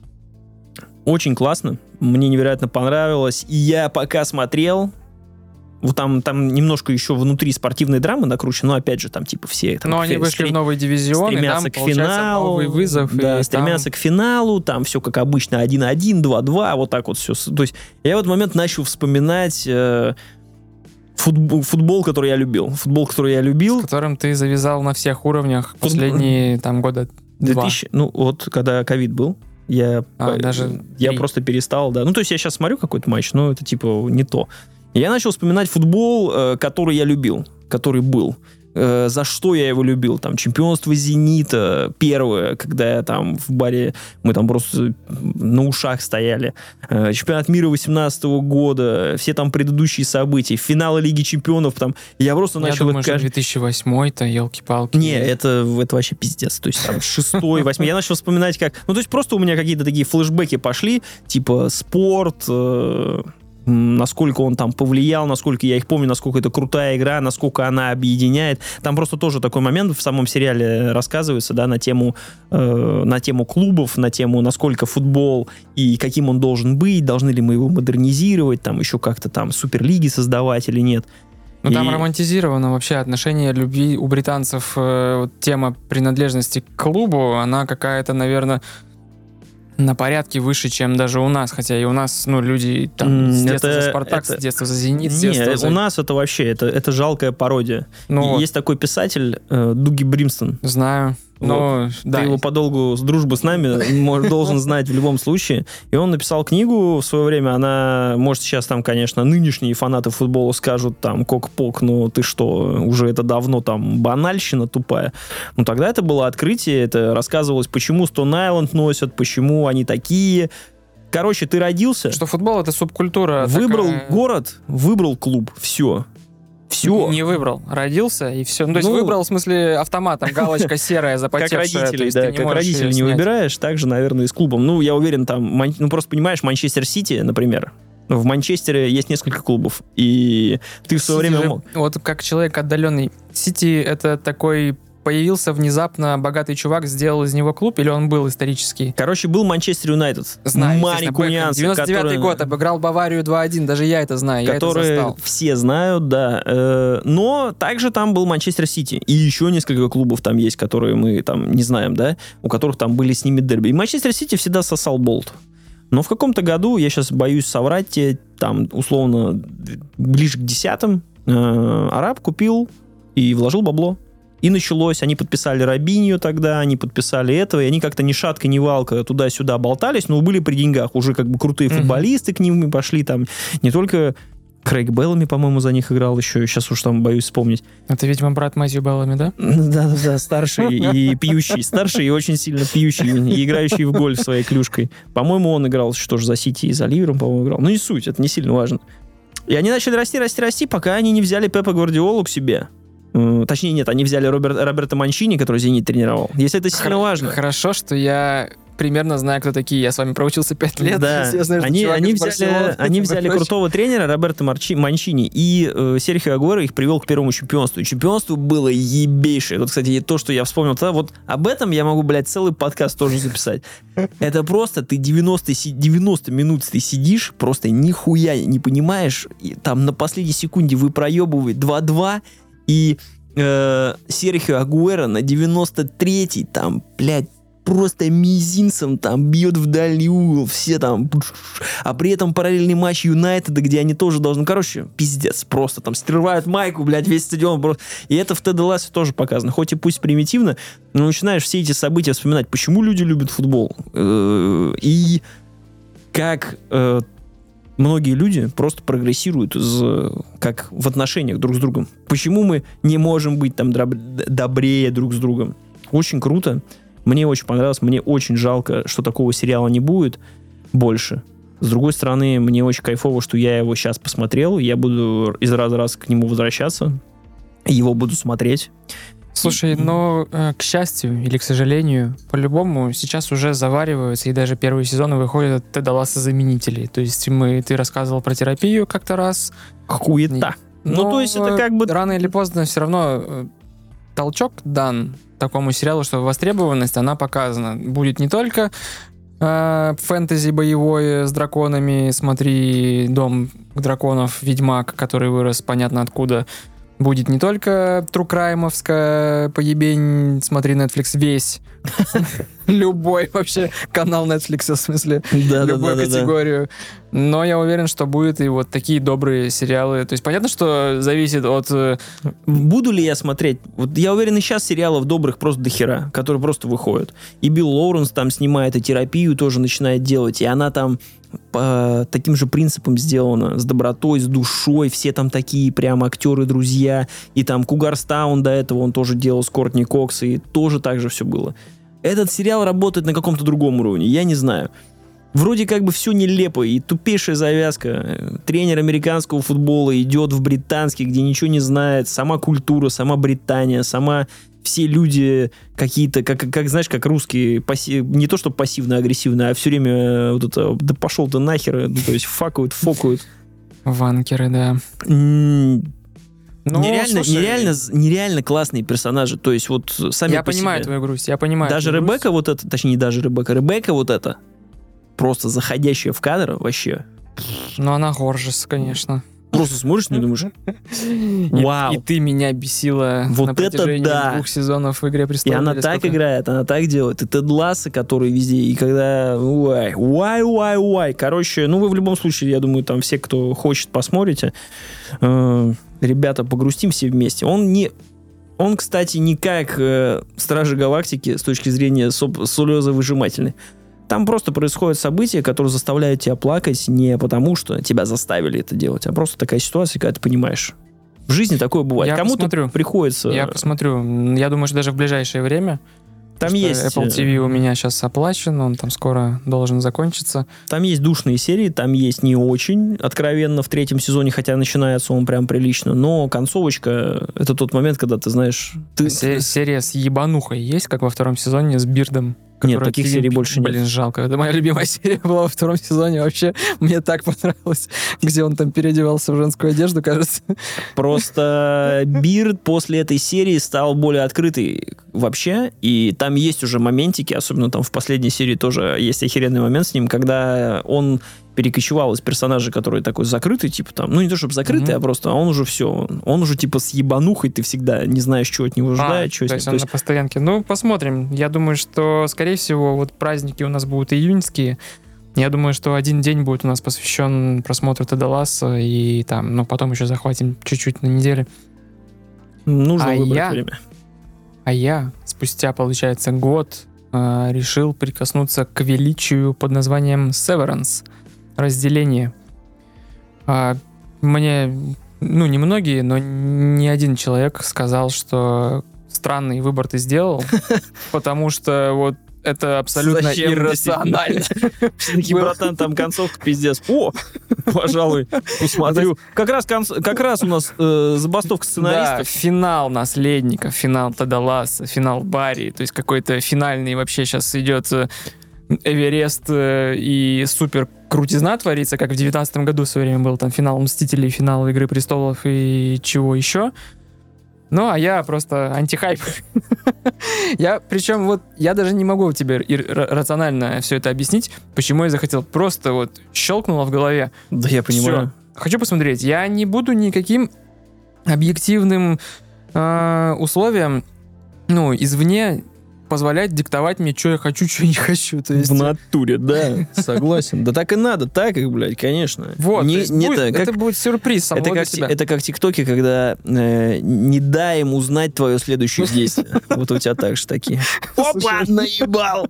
Очень классно. Мне невероятно понравилось. И я пока смотрел... Вот там, там немножко еще внутри спортивной драмы накручено, но опять же там типа все... Там, Но они фе- вышли стре- в новый дивизион, и стремятся там, к получается, финалу. новый вызов. Да, и стремятся там- к финалу, там все как обычно, один-один, два-два, вот так вот все. То есть я в этот момент начал вспоминать э, футбол, футбол, который я любил. Футбол, который я любил. с которым ты завязал на всех уровнях последние там года два. две тысячи, ну вот, когда ковид был, я, А, по- даже я три. просто перестал, да. Ну, то есть я сейчас смотрю какой-то матч, но это типа не то. И я начал вспоминать футбол, э, который я любил, который был. Э, за что я его любил? Там чемпионство «Зенита» первое, когда я там в баре, мы там просто на ушах стояли. Э, чемпионат мира восемнадцатого года, все там предыдущие события, финалы Лиги чемпионов, там, я просто Я начал думаю, их что каждый... две тысячи восьмой-то, елки-палки. Не, это, это вообще пиздец. То есть там шестой, восьмой. Я начал вспоминать, как... Ну, то есть просто у меня какие-то такие флешбеки пошли, типа спорт, э, м, насколько он там повлиял, насколько я их помню, насколько это крутая игра, насколько она объединяет. Там просто тоже такой момент в самом сериале рассказывается, да, на тему, э, на тему клубов, на тему, насколько футбол и каким он должен быть, должны ли мы его модернизировать, там еще как-то там суперлиги создавать или нет. Ну, там И- романтизировано вообще отношение любви у британцев. э, вот тема принадлежности к клубу, она какая-то, наверное, на порядке выше, чем даже у нас. Хотя и у нас, ну, люди там М, с детства это- за «Спартак», это- с детства за «Зенит», с Не, детства за... у нас это вообще, это, это жалкая пародия. Ну, И вот, Есть такой писатель э, Дуги Бримстон. знаю. Ну, да. Ты его по долгу с дружбы с нами мож- должен знать в любом случае. И он написал книгу в свое время. Она, может, сейчас там, конечно, нынешние фанаты футбола скажут там кок-пок, ну ты что, уже это давно там банальщина тупая. Но тогда это было открытие, это рассказывалось, почему Stone Island носят, почему они такие. Короче, ты родился, Что футбол — это субкультура. выбрал такая- город, выбрал клуб, все. Все. Не выбрал. Родился, и все. Ну, то есть Ну, выбрал, в смысле, автоматом, галочка серая, Как запотевшая. то родители, есть да, ты не как можешь родители её не снять. выбираешь, так же, наверное, и с клубом. Ну, я уверен, там, Ман- ну, просто понимаешь, Манчестер Сити, например, в Манчестере есть несколько клубов, и ты в свое Сити время... же, мог- вот как человек отдаленный, Сити — это такой... Появился внезапно богатый чувак, сделал из него клуб, или он был исторический? Короче, был Манчестер Юнайтед. Знаю, Мари естественно, Бекхэм. Куньянцы, девяносто девятый которые- год, обыграл Баварию два один, даже я это знаю, я это которые застал. все знают, да. Э, Но также там был Манчестер Сити. И еще несколько клубов там есть, которые мы там не знаем, да, у которых там были с ними дерби. И Манчестер Сити всегда сосал болт. Но в каком-то году, я сейчас боюсь соврать тебе, там, условно, ближе к десятым, э, араб купил и вложил бабло. И началось, они подписали Робиньо тогда, они подписали этого, и они как-то ни шатка, ни валка туда-сюда болтались, но были при деньгах, уже как бы крутые Мгм. футболисты к ним пошли, там, не только Крейг Беллами, по-моему, за них играл еще, сейчас уж там боюсь вспомнить. Это, видимо, брат Мэтью Беллами, да? Да-да-да, старший и пьющий, старший и очень сильно пьющий, и играющий в гольф своей клюшкой. По-моему, он играл что же за Сити и за Ливером, по-моему, играл. Ну, не суть, это не сильно важно. И они начали расти, расти, расти, пока они не взяли Пепа Гвардиолу к себе. Э, Точнее, нет, они взяли Роберт, Роберта Манчини, который «Зенит» тренировал. Если это сильно Хор- важно. Хорошо, что я примерно знаю, кто такие. Я с вами проучился пять лет. Да, Я знаю, что они, чувак они из взяли, Барселоны, они и взяли прочее. крутого тренера Роберта Марчи, Манчини, и э, Серхио Агуэро их привел к первому чемпионству. И чемпионство было ебейшее. Вот, кстати, то, что я вспомнил тогда, вот об этом я могу, блядь, целый подкаст тоже записать. Это просто ты девяносто, си- девяносто минут ты сидишь, просто нихуя не понимаешь, и там на последней секунде вы проебываете два-два, и э, Серхио Агуэро на девяносто третий там, блядь, просто мизинцем там бьет в дальний угол, все там, а при этом параллельный матч Юнайтеда, где они тоже должны, короче, пиздец, просто там срывают майку, блядь, весь стадион просто, и это в Теда Лассо тоже показано, хоть и пусть примитивно, но начинаешь все эти события вспоминать, почему люди любят футбол, Э, и как э, многие люди просто прогрессируют из, как в отношениях друг с другом, почему мы не можем быть там дроб- добрее друг с другом, очень круто. Мне очень понравилось, мне очень жалко, что такого сериала не будет больше. С другой стороны, мне очень кайфово, что я его сейчас посмотрел, я буду из раза в раз к нему возвращаться, его буду смотреть. Слушай, но, э, к счастью или к сожалению, по-любому сейчас уже завариваются, и даже первые сезоны выходят от Теда Лассо заменителей. То есть мы, ты рассказывал про терапию как-то раз. Хуета. Ну, но то есть это как бы... рано или поздно все равно э, толчок дан такому сериалу, что востребованность, она показана. Будет не только э, фэнтези боевое с драконами, смотри, Дом драконов, Ведьмак, который вырос понятно откуда. Будет не только трукраймовская поебень, смотри Netflix весь. Любой вообще канал Netflix, в смысле, любую категорию. Но я уверен, что будет и вот такие добрые сериалы. То есть понятно, что зависит от... э, Буду ли я смотреть? Вот я уверен, и сейчас сериалов добрых просто до хера, которые просто выходят. И Билл Лоуренс там снимает, и терапию тоже начинает делать, и она там по таким же принципам сделана, с добротой, с душой, все там такие прям актеры, друзья, и там Кугарстаун до этого он тоже делал с Кортни Кокс, и тоже так же все было. Этот сериал работает на каком-то другом уровне, я не знаю. Вроде как бы все нелепо, и тупейшая завязка. Тренер американского футбола идет в британский, где ничего не знает, сама культура, сама Британия, сама... Все люди какие-то, как, как знаешь, как русские, пассив, не то что пассивно-агрессивно, а все время вот это, да пошел ты нахер, ну, то есть факают, фокают. Ванкеры, да. М, Ну, нереально, слушай, нереально, нереально классные персонажи, то есть вот сами Я по понимаю себе. твою грусть, я понимаю. Даже твою Ребекка вот это, точнее, не даже Ребекка, Ребекка вот это, просто заходящая в кадр вообще. грусть. Ну, она горжес, конечно. Просто смотришь, не думаешь, вау. И, и ты меня бесила Вот на это протяжении да. двух сезонов в «Игре И престолов». она или так сколько? играет, она так делает. И Тед Лассо, который везде, и когда... Уай, уай, уай, уай. Короче, ну вы в любом случае, я думаю, там все, кто хочет, посмотрите. Э, ребята, погрустим все вместе. Он не... Он, кстати, не как э, Стражи Галактики с точки зрения соп- слезовыжимательной. Там просто происходят события, которые заставляют тебя плакать не потому, что тебя заставили это делать, а просто такая ситуация, когда ты понимаешь. В жизни такое бывает. Я Кому-то посмотрю. приходится... Я посмотрю. Я думаю, что даже в ближайшее время. Там что есть, Apple ти ви у меня сейчас оплачен, он там скоро должен закончиться. Там есть душные серии, там есть не очень откровенно в третьем сезоне, хотя начинается он прям прилично, но концовочка — это тот момент, когда ты знаешь... Ты... Се- Серия с ебанухой есть, как во втором сезоне с Бирдом? Нет, которая таких Твин серий Пикс. больше нет. Блин, жалко. Это моя любимая серия была во втором сезоне. Вообще, мне так понравилось, где он там переодевался в женскую одежду, кажется. Просто Бирд после этой серии стал более открытый вообще, и там есть уже моментики, особенно там в последней серии тоже есть охеренный момент с ним, когда он перекочевал из персонажа, который такой закрытый, типа там, ну не то чтобы закрытый, Мгм. а просто он уже все, он уже типа с ебанухой, ты всегда не знаешь, что от него ждать, А, что то с есть ним. он То на есть постоянке. Ну, посмотрим. Я думаю, что, скорее всего, вот праздники у нас будут июньские. Я думаю, что один день будет у нас посвящен просмотру Теда Лассо, и там, ну, потом еще захватим чуть-чуть на неделю. нужно а выбрать я- время. А я спустя, получается, год э, решил прикоснуться к величию под названием Severance. Разделение. А, мне, ну, не многие, но не один человек сказал, что странный выбор ты сделал, потому что вот это абсолютно Зачем, иррационально. Все-таки, Было. братан, там концовка пиздец. О, пожалуй, посмотрю. Как раз, конц- как раз у нас э, забастовка Да, сценаристов. финал наследников, финал Теда Лассо, финал Барри, то есть какой-то финальный вообще сейчас идет э, Эверест э, и супер крутизна творится, как в девятнадцатом году в свое время был там финал Мстителей, финал Игры Престолов и чего еще. Ну, а я просто антихайп. Я, причем, вот, я даже не могу тебе ир- ра- рационально все это объяснить, почему я захотел. Просто вот щелкнуло в голове. Да, я понимаю. Всё. Хочу посмотреть. Я не буду никаким объективным э, условиям, ну, извне позволять диктовать мне, что я хочу, что я не хочу. То есть, В натуре, да, согласен. Да так и надо, так их, блядь, конечно. вот, Не- то есть не будет- это, как- это будет сюрприз самого Это для как, себя. это как в ТикТоке, когда э, не дай им узнать твое следующее действие. Вот у тебя так же такие. Опа, наебал!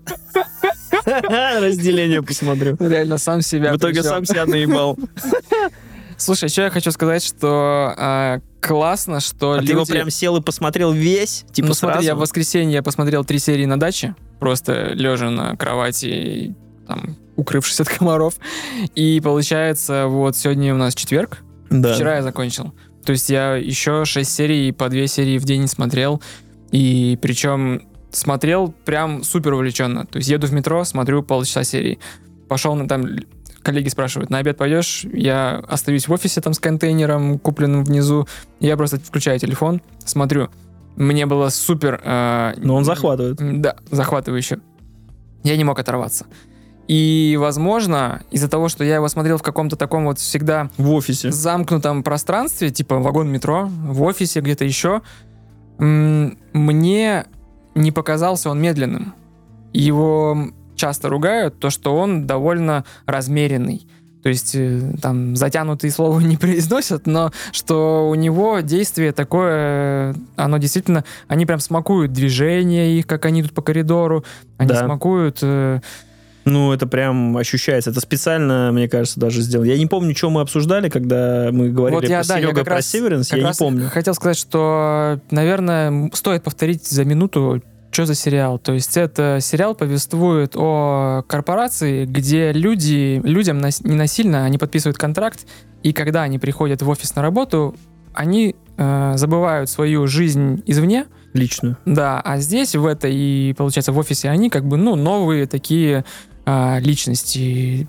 Разделение посмотрю. Реально сам себя В итоге причем. сам себя наебал. Слушай, что я хочу сказать, что а, классно, что А люди... ты его прям сел и посмотрел весь? Типа ну, смотри, я в сразу? воскресенье я посмотрел три серии на даче, просто лежа на кровати, там, укрывшись от комаров. И получается, вот сегодня у нас четверг, Да. вчера я закончил. То есть я еще шесть серий, по две серии в день смотрел. И причем смотрел прям супер увлеченно. То есть еду в метро, смотрю полчаса серии. Пошел на там... Коллеги спрашивают, на обед пойдешь? Я остаюсь в офисе там с контейнером, купленным внизу. Я просто включаю телефон, смотрю. Мне было супер... э, Но он захватывает. Да, захватывающе. Я не мог оторваться. И, возможно, из-за того, что я его смотрел в каком-то таком вот всегда В офисе. замкнутом пространстве, типа вагон метро, в офисе, где-то еще, м, мне не показался он медленным. Его часто ругают, то, что он довольно размеренный. То есть э, там затянутые слова не произносят, но что у него действие такое, оно действительно, они прям смакуют движения их, как они идут по коридору, они Да. смакуют... э, Ну, это прям ощущается. Это специально, мне кажется, даже сделано. Я не помню, что мы обсуждали, когда мы говорили Вот я, про да, я Серега, как про раз- Северенс. как Я не раз помню. хотел сказать, что, наверное, м, стоит повторить за минуту, что за сериал. То есть это сериал повествует о корпорации, где люди, людям нас- не насильно, они подписывают контракт, и когда они приходят в офис на работу, они э, забывают свою жизнь извне, Лично. да, а здесь, в этой, и, получается, в офисе они как бы, ну, новые такие а, личности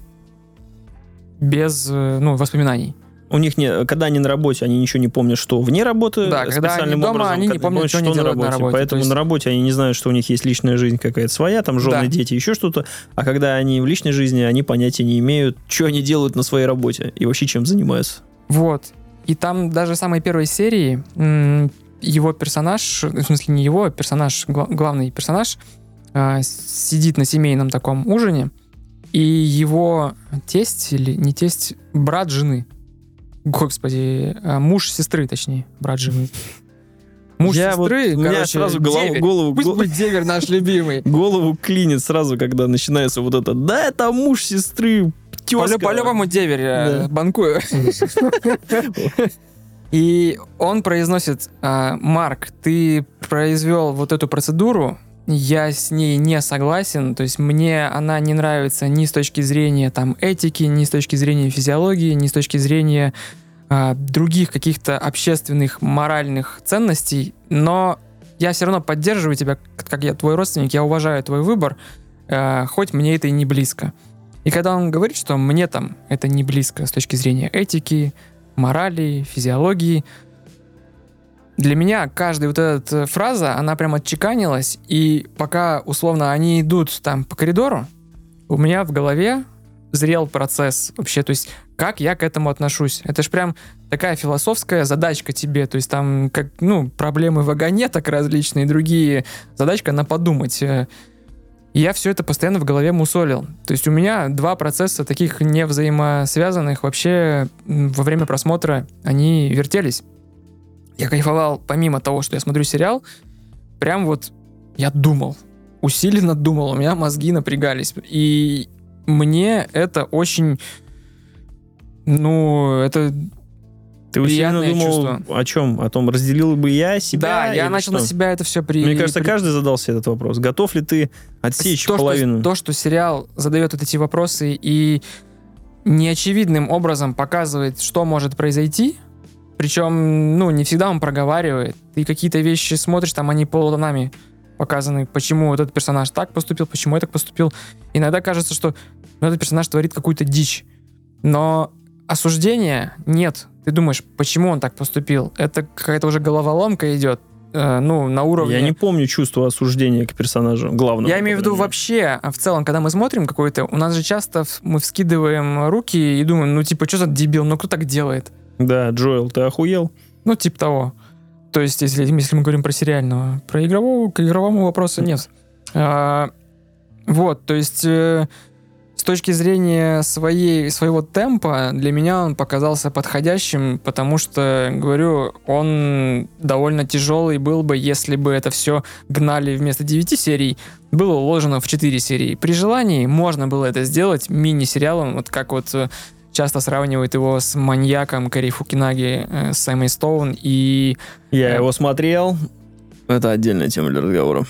без, э, ну, воспоминаний. У них не, когда они на работе, они ничего не помнят, что вне работы. Да, когда специальным они дома, образом, они не когда помнят, что они делают на работе. Поэтому То есть- на работе они не знают, что у них есть личная жизнь какая-то своя, там жены, Да. дети, еще что-то. А когда они в личной жизни, они понятия не имеют, что они делают на своей работе и вообще чем занимаются. Вот. И там даже в самой первой серии м, его персонаж, в смысле не его, а персонаж, гла- главный персонаж а, сидит на семейном таком ужине, и его тесть, или не тесть, брат жены, господи, а, муж сестры, точнее, брат жены. Муж Я сестры, вот- у меня короче, сразу голов- деверь. голову- Пусть гол- будет деверь наш любимый. Голову клинит сразу, когда начинается вот это. Да, это муж сестры, тезка. Полю- По-любому деверь, Да. э, банкую. И он произносит: «А, Марк, ты произвел вот эту процедуру, я с ней не согласен, то есть мне она не нравится ни с точки зрения там этики, ни с точки зрения физиологии, ни с точки зрения а, других каких-то общественных, моральных ценностей, но я все равно поддерживаю тебя, как я твой родственник, я уважаю твой выбор, а, хоть мне это и не близко». И когда он говорит, что мне там это не близко с точки зрения этики, морали, физиологии, для меня каждая вот эта фраза, она прям отчеканилась, и пока, условно, они идут там по коридору, у меня в голове зрел процесс вообще, то есть как я к этому отношусь. Это же прям такая философская задачка тебе, то есть там, как, ну, проблемы вагонеток различные, другие, задачка на подумать. И я все это постоянно в голове мусолил. То есть у меня два процесса таких не взаимосвязанных вообще во время просмотра, они вертелись. Я кайфовал, помимо того, что я смотрю сериал, прям вот я думал, усиленно думал, у меня мозги напрягались. И мне это очень, ну, это Ты усиленно приятное думал чувство. о чем? О том, разделил бы я себя? Да, я или начал что? на себя это все при... Мне кажется, при- каждый задался этот вопрос. Готов ли ты отсечь то, половину? Что, то, что сериал задает вот эти вопросы и неочевидным образом показывает, что может произойти, причем, ну, не всегда он проговаривает. Ты какие-то вещи смотришь, там они полутонами показаны, почему этот персонаж так поступил, почему я так поступил. Иногда кажется, что ну, этот персонаж творит какую-то дичь. Но осуждения нет. Ты думаешь, почему он так поступил? Это какая-то уже головоломка идет. Э, ну, на уровне... Я не помню чувство осуждения к персонажу главному. Я имею в виду например. вообще, а в целом, когда мы смотрим какой-то, у нас же часто в- мы вскидываем руки и думаем, ну, типа, что за дебил, ну, кто так делает? Да, Джоэл, ты охуел? Ну, типа того. То есть, если, если мы говорим про сериального, про игрового, к игровому вопросу нет. А, вот, то есть, э, с точки зрения своей, своего темпа, для меня он показался подходящим, потому что, говорю, он довольно тяжелый был бы, если бы это все гнали вместо девяти серий, было уложено в четыре серии. При желании можно было это сделать мини-сериалом, вот как вот э, часто сравнивают его с маньяком Кэрри Фукинаги, э, с Эммой Стоун, и Я Э. его смотрел. Это отдельная тема для разговора.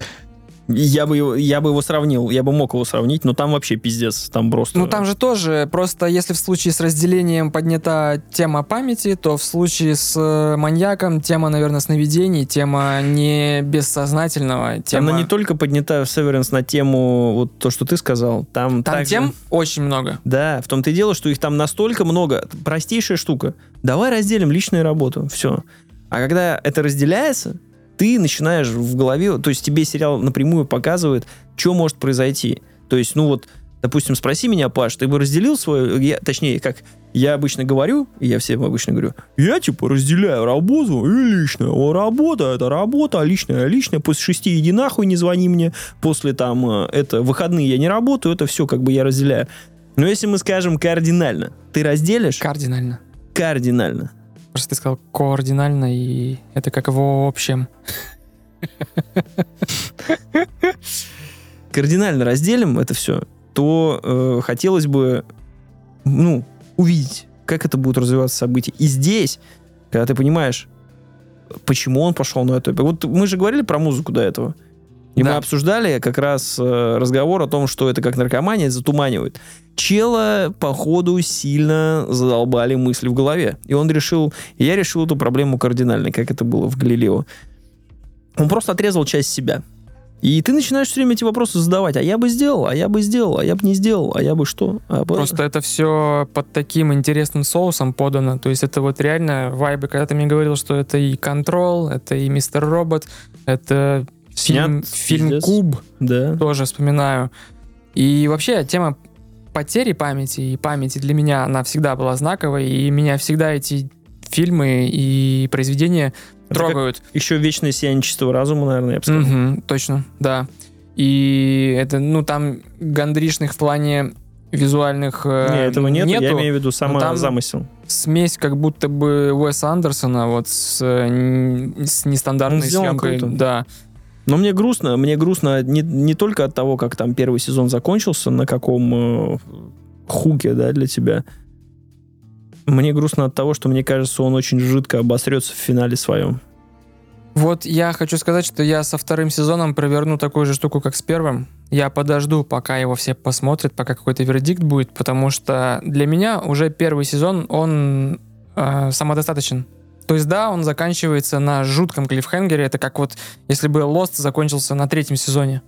Я бы, его, я бы его сравнил, я бы мог его сравнить, но там вообще пиздец, там просто... ну там же тоже, просто если в случае с разделением поднята тема памяти, то в случае с э, маньяком тема, наверное, сновидений, тема не бессознательного, тема... Она не только поднята в Severance на тему, вот то, что ты сказал, там, Там также- тем очень много. Да, в том-то и дело, что их там настолько много. Простейшая штука. Давай разделим личную работу, все. А когда это разделяется, ты начинаешь в голове, то есть тебе сериал напрямую показывает, что может произойти. То есть, ну вот, допустим, спроси меня, Паш, ты бы разделил свою, я, точнее, как я обычно говорю, и я всем обычно говорю, я типа разделяю работу и личное. О, работа это работа, а личное личное. После шести иди нахуй, не звони мне. После там, э, это, выходные я не работаю, это все как бы я разделяю. Но если мы скажем кардинально, ты разделишь? Кардинально. Кардинально. Просто ты сказал координально, и это как в общем. Кардинально разделим это все, то э, хотелось бы, ну, увидеть, как это будет развиваться события. И здесь, когда ты понимаешь, почему он пошел на это. Вот мы же говорили про музыку до этого. И Да. мы обсуждали как раз э, разговор о том, что это как наркомания, это затуманивает. Чела, походу, сильно задолбали мысли в голове. И он решил, и я решил эту проблему кардинально, как это было в Галилео. Он просто отрезал часть себя. И ты начинаешь все время эти вопросы задавать. А я бы сделал, а я бы сделал, а я бы не сделал, а я бы что? А бы- Просто это все под таким интересным соусом подано. То есть это вот реально вайбы. Когда ты мне говорил, что это и Control, это и Мистер Робот, это фильм, Снят, фильм пиздец. Куб, Да. тоже вспоминаю. И вообще тема потери памяти и памяти для меня, она всегда была знаковой, и меня всегда эти фильмы и произведения Это трогают. Еще «Вечное сияние чистого разума», наверное, я бы сказал. Мгм, точно, да. И это, ну, там гандришных в плане визуальных э, Не, этого нет, нету. я имею в виду сама там замысел. Смесь как будто бы Уэса Андерсона вот с, э, н- с нестандартной Он сделан съемкой. круто. Да. Но мне грустно, мне грустно не, не только от того, как там первый сезон закончился, на каком э, хуке, да, для тебя. Мне грустно от того, что, мне кажется, он очень жидко обосрется в финале своем. Вот я хочу сказать, что я со вторым сезоном проверну такую же штуку, как с первым. Я подожду, пока его все посмотрят, пока какой-то вердикт будет, потому что для меня уже первый сезон, он э, самодостаточен. То есть да, он заканчивается на жутком клиффхенгере. Это как вот, если бы Lost закончился на третьем сезоне.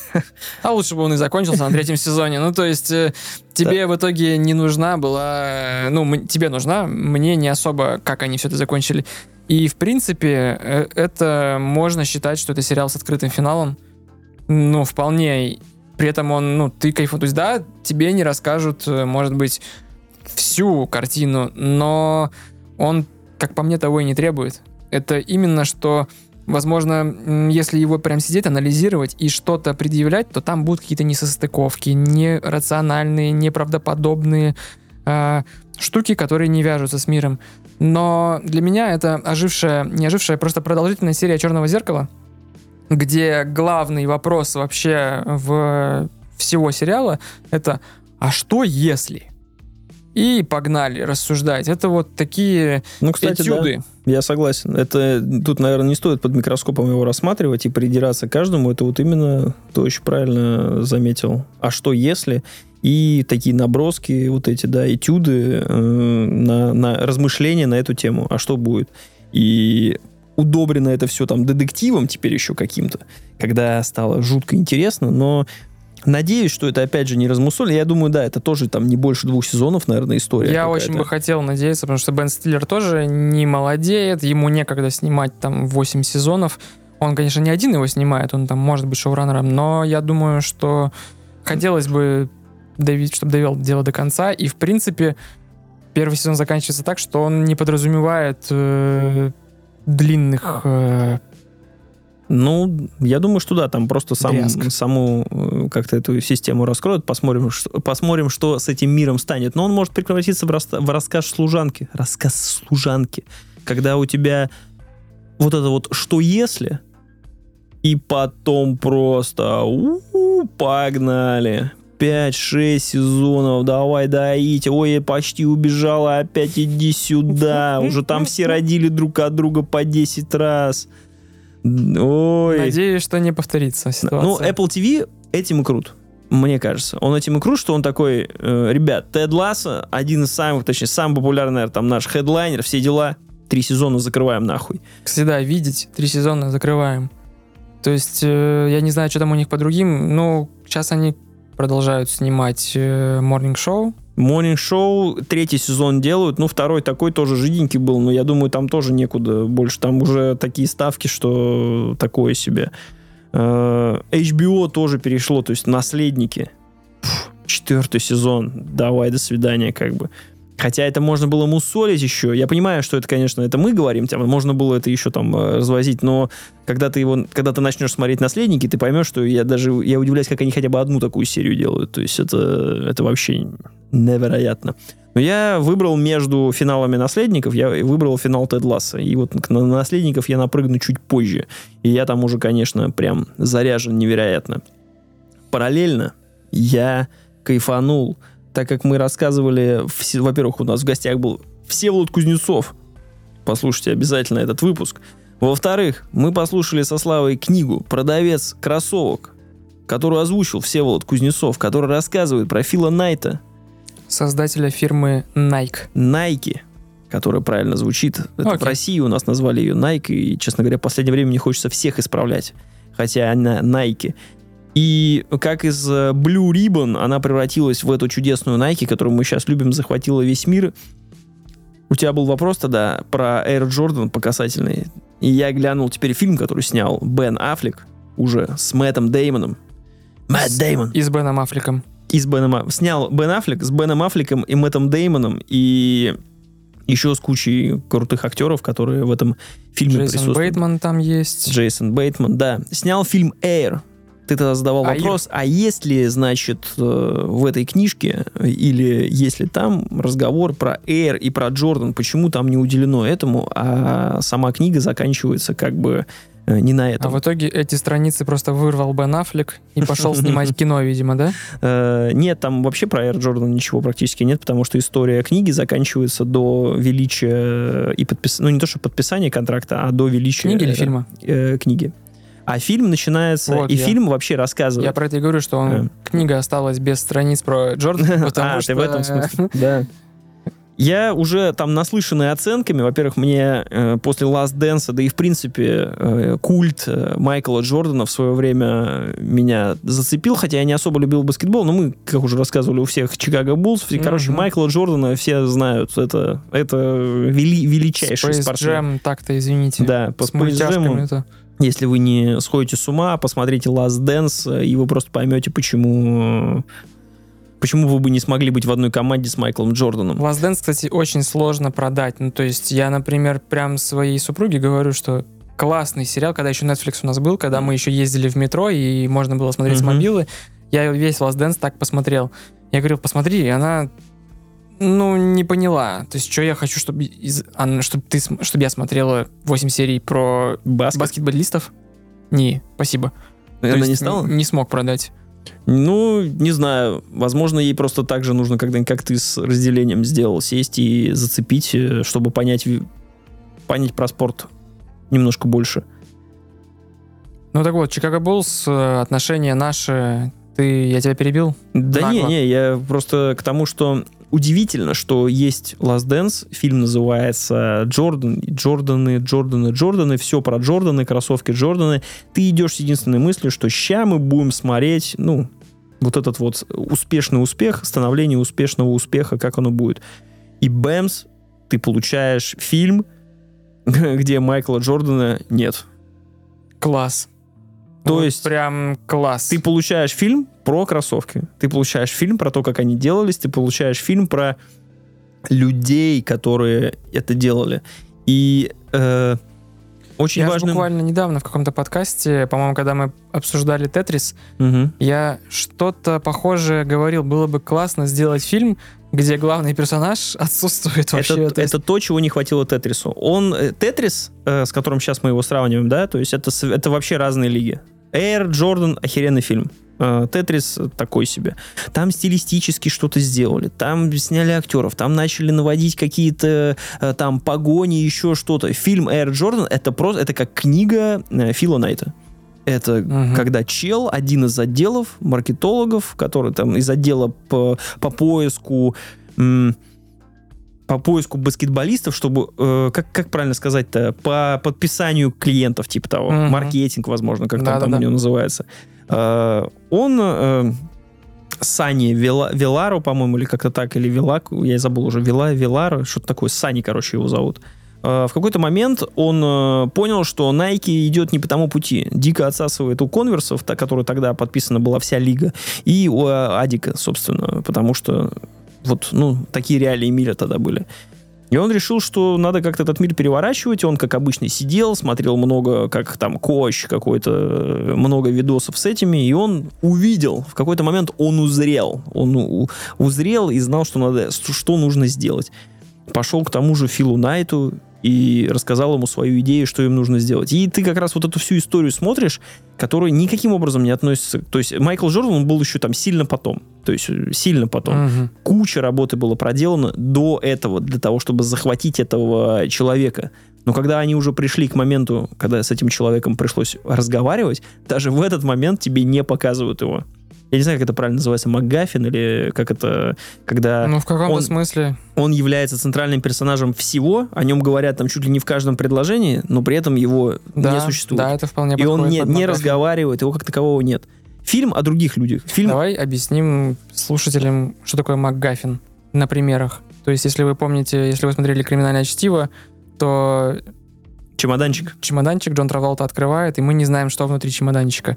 А лучше бы он и закончился на третьем сезоне. Ну, то есть э, тебе в итоге не нужна была... э, Ну, м- тебе нужна, мне не особо, как они все это закончили. И, в принципе, э, это можно считать, что это сериал с открытым финалом. Ну, вполне. При этом он, ну, ты кайфуешь. То есть, да, тебе не расскажут, э, может быть, всю картину, но он, как по мне, того и не требует. Это именно что, возможно, м, если его прям сидеть, анализировать и что-то предъявлять, то там будут какие-то несостыковки, нерациональные, неправдоподобные э, штуки, которые не вяжутся с миром. Но для меня это ожившая, не ожившая, просто продолжительная серия «Черного зеркала», где главный вопрос вообще в всего сериала — это «а что если?» И погнали рассуждать. Это вот такие Ну, кстати, этюды. да, я согласен. Это тут, наверное, не стоит под микроскопом его рассматривать и придираться к каждому. Это вот именно ты очень правильно заметил. А что если? И такие наброски, вот эти, да, этюды э, на, на размышления на эту тему. А что будет? И удобрено это все там детективом теперь еще каким-то, когда стало жутко интересно, но надеюсь, что это опять же не размусоль. Я думаю, да, это тоже там не больше двух сезонов, наверное, история. Я какая-то. очень бы хотел надеяться, потому что Бен Стиллер тоже не молодеет, ему некогда снимать там восемь сезонов. Он, конечно, не один его снимает, он там может быть шоураннером, но я думаю, что хотелось бы, давить, чтобы довел дело до конца, и в принципе первый сезон заканчивается так, что он не подразумевает э, длинных... Э, Ну, я думаю, что да, там просто сам, Дрязг. саму э, как-то эту систему раскроют, посмотрим что, посмотрим, что с этим миром станет. Но он может превратиться в, рас- в рассказ служанки. Рассказ служанки. Когда у тебя вот это вот «что если?» и потом просто у-у, погнали. пять-шесть сезонов, давай доить. Ой, я почти убежала, опять иди сюда. Уже там все родили друг от друга по десять раз. Ой. надеюсь, что не повторится ситуация. Ну, Apple ти ви этим и крут, мне кажется. Он этим и крут, что он такой, э, ребят, Тед Лассо, один из самых, точнее, самый популярный, наверное, там наш хедлайнер, все дела, три сезона закрываем нахуй. Кстати, да, видеть, три сезона закрываем. То есть, э, я не знаю, что там у них по другим, но сейчас они продолжают снимать э, Morning Show. Morning Show, третий сезон делают, ну, второй такой тоже жиденький был, но я думаю, там тоже некуда больше, там уже такие ставки, что такое себе. Э, эйч би о тоже перешло, то есть «Наследники». Пф, четвертый сезон, давай, до свидания, как бы. Хотя это можно было мусолить еще. Я понимаю, что это, конечно, это мы говорим, там, можно было это еще там э, развозить, но когда ты его, когда ты начнешь смотреть «Наследники», ты поймешь, что я даже, я удивляюсь, как они хотя бы одну такую серию делают. То есть это, это вообще невероятно. Но я выбрал между финалами «Наследников», я выбрал финал Тед Лассо. И вот на «Наследников» я напрыгну чуть позже. И я там уже, конечно, прям заряжен невероятно. Параллельно я кайфанул, так как мы рассказывали, во-первых, у нас в гостях был Всеволод Кузнецов. Послушайте обязательно этот выпуск. Во-вторых, мы послушали со Славой книгу «Продавец кроссовок», которую озвучил Всеволод Кузнецов, который рассказывает про Фила Найта, Создателя фирмы Nike. Nike, которая правильно звучит. Это Окей. в России у нас назвали ее Nike, и, честно говоря, в последнее время не хочется всех исправлять. Хотя она Nike. И как из Blue Ribbon она превратилась в эту чудесную Nike, которую мы сейчас любим, захватила весь мир. У тебя был вопрос тогда про Air Jordan по касательной. И я глянул теперь фильм, который снял Бен Аффлек уже с Мэттом Деймоном. Мэтт Деймон. И с Беном Аффлеком. И с Беном Аффлеком. Снял Бен Аффлек с Беном Аффлеком и Мэттом Деймоном. И Еще с кучей крутых актеров, которые в этом фильме Джейсон присутствуют. Бейтман там есть. Джейсон Бейтман, да. Снял фильм «Эйр». Ты тогда задавал «Аир». вопрос, а есть ли, значит, в этой книжке, или есть ли там разговор про «Эйр» и про Джордан, почему там не уделено этому, а сама книга заканчивается как бы не на этом. А в итоге эти страницы просто вырвал Бен Аффлек и пошел снимать кино, видимо, да? Э, Нет, там вообще про Эйр Джордан ничего практически нет, потому что история книги заканчивается до величия и подписания, ну не то, что подписания контракта, а до величия... Книги или э, фильма? э, книги. А фильм начинается, Вот и я- фильм вообще рассказывает. Я про это и говорю, что он, Э. книга осталась без страниц про Джордана, потому а, что... ты в этом смысле? Да. Я уже там наслышанный оценками, во-первых, мне э, после Last Dance, да и в принципе э, культ э, Майкла Джордана в свое время меня зацепил, хотя я не особо любил баскетбол, но мы, как уже рассказывали, у всех Чикаго Буллс, и, короче, Мгм. Майкла Джордана все знают, это, это вели- величайший Space спортсмен. Jam, так-то, извините. Да, по С Space мультяшками Jam'у. это. Если вы не сходите с ума, посмотрите Last Dance, и вы просто поймете, почему, почему вы бы не смогли быть в одной команде с Майклом Джорданом. Last Dance, кстати, очень сложно продать. Ну, то есть я, например, прям своей супруге говорю, что классный сериал, когда еще Netflix у нас был, когда мы еще ездили в метро, и можно было смотреть с Мгм. мобилы, я весь Last Dance так посмотрел. Я говорил, посмотри, и она, ну, не поняла. То есть, что я хочу, чтобы, из, она- чтобы, ты, см- чтобы я смотрела восемь серий про Баскет. баскетболистов? Не, спасибо. То Она есть не стала? н- Не смог продать. Ну, не знаю. Возможно, ей просто так же нужно когда-нибудь, как ты с разделением сделал, сесть и зацепить, э, чтобы понять, ви- понять про спорт немножко больше. Ну так вот, Чикаго Буллс, э, отношения наши. Ты, я тебя перебил? Да Нагло. не, не, я просто к тому, что удивительно, что есть Last Dance, фильм называется Джордан, Джорданы, Джорданы, Джорданы, все про Джорданы, кроссовки Джорданы. Ты идешь с единственной мыслью, что ща мы будем смотреть, ну, вот этот вот успешный успех, становление успешного успеха, как оно будет. И бэмс, ты получаешь фильм, где Майкла Джордана нет. Класс. То Вот есть прям класс. Ты получаешь фильм про кроссовки, ты получаешь фильм про то, как они делались, ты получаешь фильм про людей, которые это делали. И э, очень Я ж важным... буквально недавно в каком-то подкасте, по-моему, когда мы обсуждали Тетрис, Мгм. я что-то похожее говорил. Было бы классно сделать фильм, где главный персонаж отсутствует вообще. Это, То есть- это то, чего не хватило Тетрису. Он, э, Тетрис, э, с которым сейчас мы его сравниваем, да, то есть это, с- это вообще разные лиги. Эйр Джордан — охеренный фильм. Э, Тетрис такой себе. Там стилистически что-то сделали, там сняли актеров, там начали наводить какие-то э, там погони, еще что-то. Фильм Эйр Джордан — это просто, это как книга э, Фила Найта. Это Мгм. когда чел, один из отделов маркетологов, который там из отдела по, по поиску м, по поиску баскетболистов, чтобы, э, как, как правильно сказать-то, по подписанию клиентов, типа того, Мгм. маркетинг, возможно, как там, Да-да-да. там у него называется. Э, он э, Сани Вила, Вилару, по-моему, или как-то так, или Вилак, я забыл уже, Вила, Вилара, что-то такое, Сани, короче, его зовут. Э, В какой-то момент он э, понял, что Nike идет не по тому пути. Дико отсасывает у конверсов, та, которой тогда подписана была вся лига, и у э, Адика, собственно, потому что вот, ну, такие реалии мира тогда были. И он решил, что надо как-то этот мир переворачивать. Он, как обычно, сидел, смотрел много, как там, коч какой-то, э, много видосов с этими, и он увидел, в какой-то момент он узрел. Он у- узрел и знал, что надо, что нужно сделать. Пошел к тому же Филу Найту и рассказал ему свою идею, что им нужно сделать. И ты как раз вот эту всю историю смотришь, которая никаким образом не относится... То есть Майкл Джордан, он был еще там сильно потом. То есть сильно потом. Мгм. Куча работы было проделано до этого, для того, чтобы захватить этого человека. Но когда они уже пришли к моменту, когда с этим человеком пришлось разговаривать, даже в этот момент тебе не показывают его. Я не знаю, как это правильно называется, МакГаффин, или как это, когда Ну, в каком-то он- смысле. он является центральным персонажем всего, о нем говорят там чуть ли не в каждом предложении, но при этом его Да, не существует. да, это вполне И он подходит не, под не МакГаффин. разговаривает, его как такового нет. Фильм о других людях. Фильм Давай объясним слушателям, что такое МакГаффин на примерах. То есть, если вы помните, если вы смотрели «Криминальное чтиво», то чемоданчик. чемоданчик Джон Траволта открывает, и мы не знаем, что внутри чемоданчика.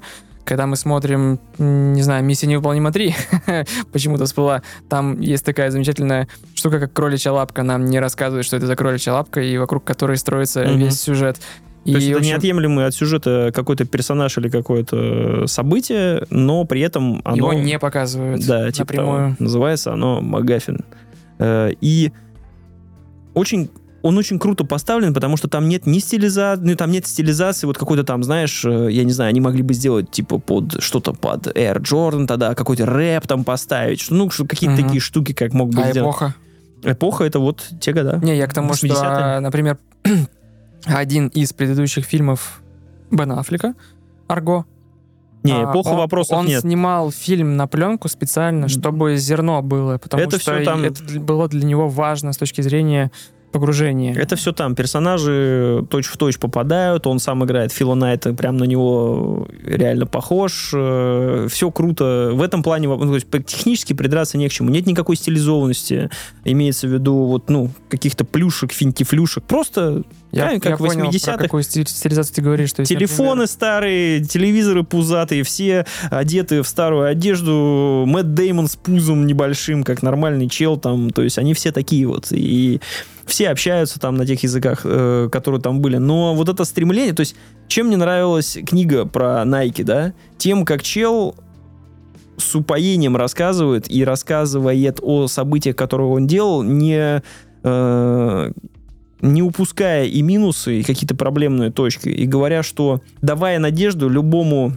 когда мы смотрим, не знаю, «Миссия невыполнима три», почему-то всплыла, там есть такая замечательная штука, как кроличья лапка. Нам не рассказывают, что это за кроличья лапка, и вокруг которой строится Мгм. весь сюжет. То есть И, это в общем, неотъемлемый от сюжета какой-то персонаж или какое-то событие, но при этом оно... его не показывают Да, типа того. напрямую. Называется оно «МакГаффин». Э, И очень... Он очень круто поставлен, потому что там нет ни стилизации, ну, там нет стилизации, вот какой-то там, знаешь, э, я не знаю, они могли бы сделать, типа, под что-то под Air Jordan тогда, какой-то рэп там поставить, что, ну, что какие-то Мгм. такие штуки, как мог бы А сделать. эпоха? Эпоха — это вот те года. Не, я к тому, что, восьмидесятые. а, например, один из предыдущих фильмов Бена Аффлека, «Арго», Не, а, эпоха он, вопросов он нет. снимал фильм на пленку специально, чтобы зерно было, потому Это что всё там- это для- было для него важно с точки зрения погружения. Это все там. Персонажи точь в точь попадают. Он сам играет Фила Найта, прям на него реально похож. Все круто. В этом плане, ну, то есть, технически придраться не к чему. Нет никакой стилизованности. Имеется в виду вот, ну, каких-то плюшек, финтифлюшек. Просто Я, да, как я в понял, про восьмидесятых. какую стиль- стилизацию ты говоришь. То есть, Телефоны например, старые, телевизоры пузатые, все одеты в старую одежду. Мэтт Дэймон с пузом небольшим, как нормальный чел там. То есть они все такие вот. И все общаются там на тех языках, э, которые там были. Но вот это стремление, то есть чем мне нравилась книга про Nike, да? Тем, как чел с упоением рассказывает и рассказывает о событиях, которые он делал, не... э, не упуская и минусы, и какие-то проблемные точки, и говоря, что давая надежду любому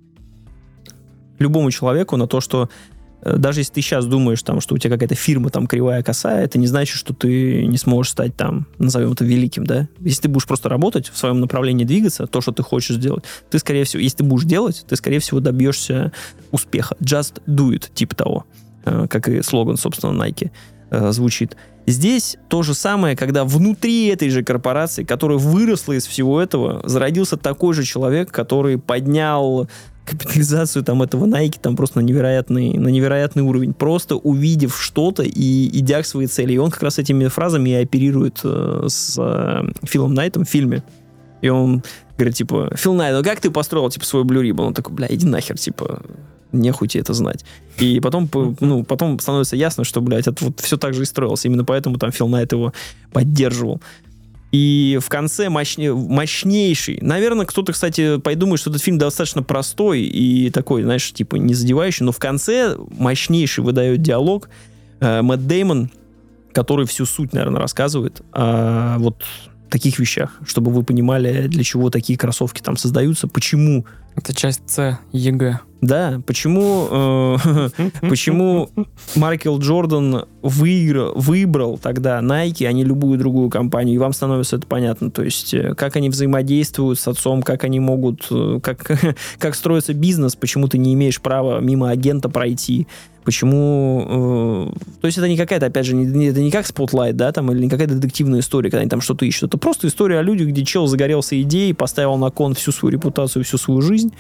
любому человеку на то, что э, даже если ты сейчас думаешь, там, что у тебя какая-то фирма там кривая, косая, это не значит, что ты не сможешь стать там, назовем это, великим, да? Если ты будешь просто работать, в своем направлении двигаться, то, что ты хочешь сделать, ты, скорее всего, если ты будешь делать, ты, скорее всего, добьешься успеха. Just do it, типа того. Э, как и слоган, собственно, Nike э, звучит. Здесь то же самое, когда внутри этой же корпорации, которая выросла из всего этого, зародился такой же человек, который поднял капитализацию там этого Nike там просто на невероятный, на невероятный уровень, просто увидев что-то и идя к своей цели. И он как раз этими фразами и оперирует э, с э, Филом Найтом в фильме. И он говорит, типа, Фил Найт, ну как ты построил, типа, свой Blue Ribbon? Он такой, бля, иди нахер, типа, нехуй тебе это знать. И потом, ну, потом становится ясно, что, блядь, это вот все так же и строилось. Именно поэтому там Фил Найт его поддерживал. И в конце мощней, мощнейший. Наверное, кто-то, кстати, подумает, что этот фильм достаточно простой и такой, знаешь, типа, не задевающий, но в конце мощнейший выдает диалог э, Мэтт Дэймон, который всю суть, наверное, рассказывает о вот таких вещах, чтобы вы понимали, для чего такие кроссовки там создаются, почему. это часть С ЕГЭ. Да, почему, э, почему Майкл Джордан выиграл, выбрал тогда Nike, а не любую другую компанию, и вам становится это понятно. То есть, э, как они взаимодействуют с отцом, как они могут, э, как, как строится бизнес, почему ты не имеешь права мимо агента пройти, почему... Э, то есть, это не какая-то, опять же, не, это не как Spotlight, да, там, или не какая-то детективная история, когда они там что-то ищут. Это просто история о людях, где чел загорелся идеей, поставил на кон всю свою репутацию, всю свою жизнь,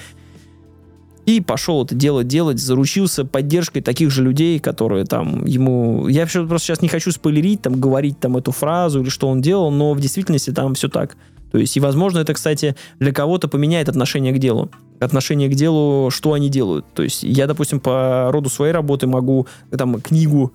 и пошел это дело делать, заручился поддержкой таких же людей, которые там ему... Я вообще просто сейчас не хочу спойлерить, там, говорить там эту фразу или что он делал, но в действительности там все так. То есть, и, возможно, это, кстати, для кого-то поменяет отношение к делу. Отношение к делу, что они делают. То есть, я, допустим, по роду своей работы могу там книгу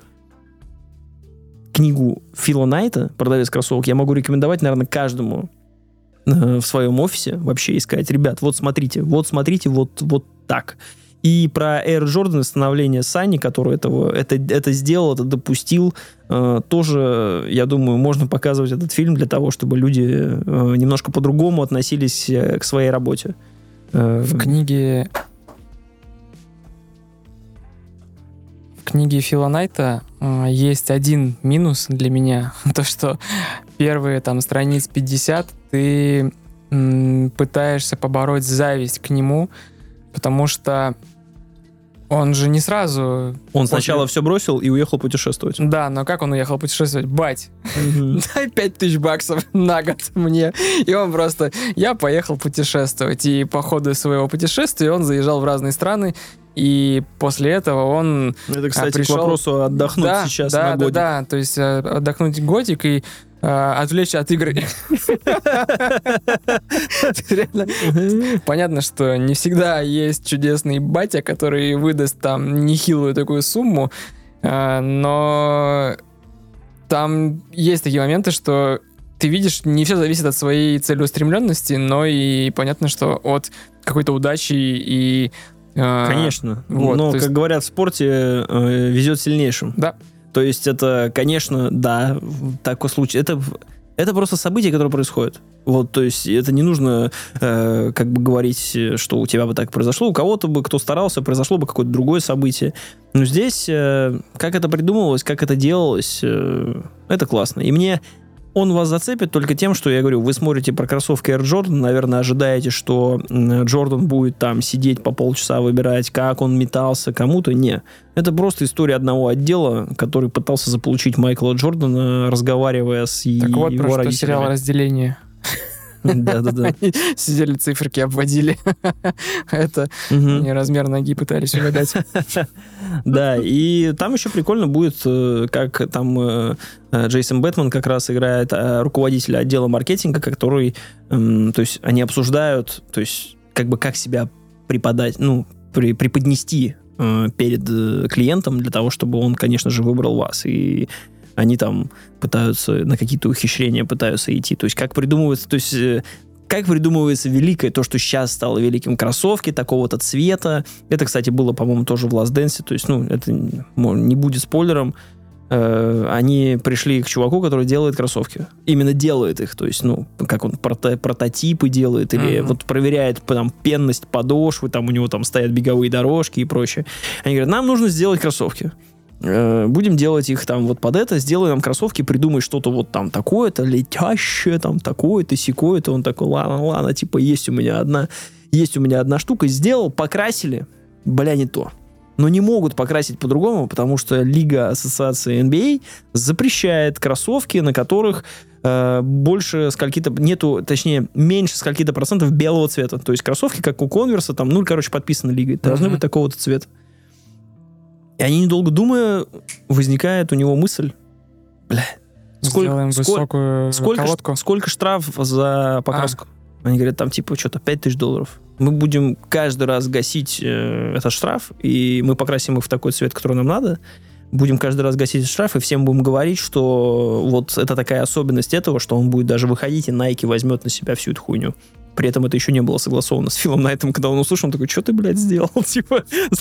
книгу Фила Найта, «Продавец кроссовок», я могу рекомендовать, наверное, каждому в своем офисе вообще и сказать, ребят, вот смотрите, вот смотрите, вот, вот так. И про Air Jordan, становление Сани, который этого, это, это сделал, это допустил, э, тоже, я думаю, можно показывать этот фильм для того, чтобы люди э, немножко по-другому относились к своей работе. Э, В книге... В книге Фила Найта э, есть один минус для меня. То, что первые там страниц пятьдесят ты м, пытаешься побороть зависть к нему, потому что он же не сразу... Он после- сначала все бросил и уехал путешествовать. Да, но как он уехал путешествовать? Бать, дай пять тысяч баксов на год мне. И он просто... Я поехал путешествовать. И по ходу своего путешествия он заезжал в разные страны. И после этого он... Это, кстати, пришел- к вопросу отдохнуть да, сейчас да, на да, годик. да, то есть э, отдохнуть годик, и а, отвлечься от игры. Реально. Понятно, что не всегда есть чудесный батя, который выдаст там нехилую такую сумму, а, но там есть такие моменты, что ты видишь, не все зависит от своей целеустремленности, но и понятно, что от какой-то удачи и... а, Конечно. вот, Но, то как есть- говорят в спорте, э, везет сильнейшим. Да. То есть это, конечно, да, в такой случай. Это, это просто событие, которое происходит. Вот, то есть это не нужно э, как бы говорить, что у тебя бы так произошло. У кого-то бы, кто старался, произошло бы какое-то другое событие. Но здесь, э, как это придумывалось, как это делалось, э, это классно. И мне он вас зацепит только тем, что, я говорю, вы смотрите про кроссовки Air Jordan, наверное, ожидаете, что м, Джордан будет там сидеть по полчаса, выбирать, как он метался кому-то. Не. Это просто история одного отдела, который пытался заполучить Майкла Джордана, разговаривая с Так вот, его про что родителями. сериал «Разделение». Да-да-да. Они сидели, циферки обводили. Это Мгм. не размер ноги пытались угадать. Да, и там еще прикольно будет, э, как там э, э, Джейсон Бэтмен как раз играет э, руководителя отдела маркетинга, который, эм, то есть они обсуждают, то есть как бы как себя преподать, ну, при- преподнести э, перед э, клиентом для того, чтобы он, конечно же, выбрал вас. И они там пытаются на какие-то ухищрения пытаются идти. То есть как придумывается, то есть э, как придумывается великое, то, что сейчас стало великим, кроссовки такого-то цвета. Это, кстати, было, по-моему, тоже в Last Dance. То есть, ну, это не будет спойлером. Э, они пришли к чуваку, который делает кроссовки. Именно делает их. То есть, ну, как он прото- прототипы делает или Мгм. вот проверяет там пенность подошвы, там у него там стоят беговые дорожки и прочее. Они говорят, нам нужно сделать кроссовки. Э, будем делать их там вот под это, сделай нам кроссовки, придумай что-то вот там такое-то, летящее, там такое-то, сякое-то. Он такой, ладно, ладно, типа есть у меня одна, есть у меня одна штука, сделал, покрасили, бля, не то. Но не могут покрасить по-другому, потому что Лига Ассоциации эн би эй запрещает кроссовки, на которых э, больше скольки-то, нету, точнее, меньше скольки-то процентов белого цвета. То есть кроссовки, как у Конверса, там, ну, короче, подписаны Лигой, должны Мгм. быть такого-то цвета. И они, недолго думая, возникает у него мысль, бля, сколько, Сделаем сколько, высокую сколько, колодку. ш- сколько штраф за покраску? Они говорят, там типа что-то пять тысяч долларов. Мы будем каждый раз гасить э, этот штраф, и мы покрасим их в такой цвет, который нам надо. Будем каждый раз гасить этот штраф, и всем будем говорить, что вот это такая особенность этого, что он будет даже выходить, и Nike возьмет на себя всю эту хуйню. При этом это еще не было согласовано с Филом Найтом, когда он услышал, он такой, что ты, блядь, сделал? Типа...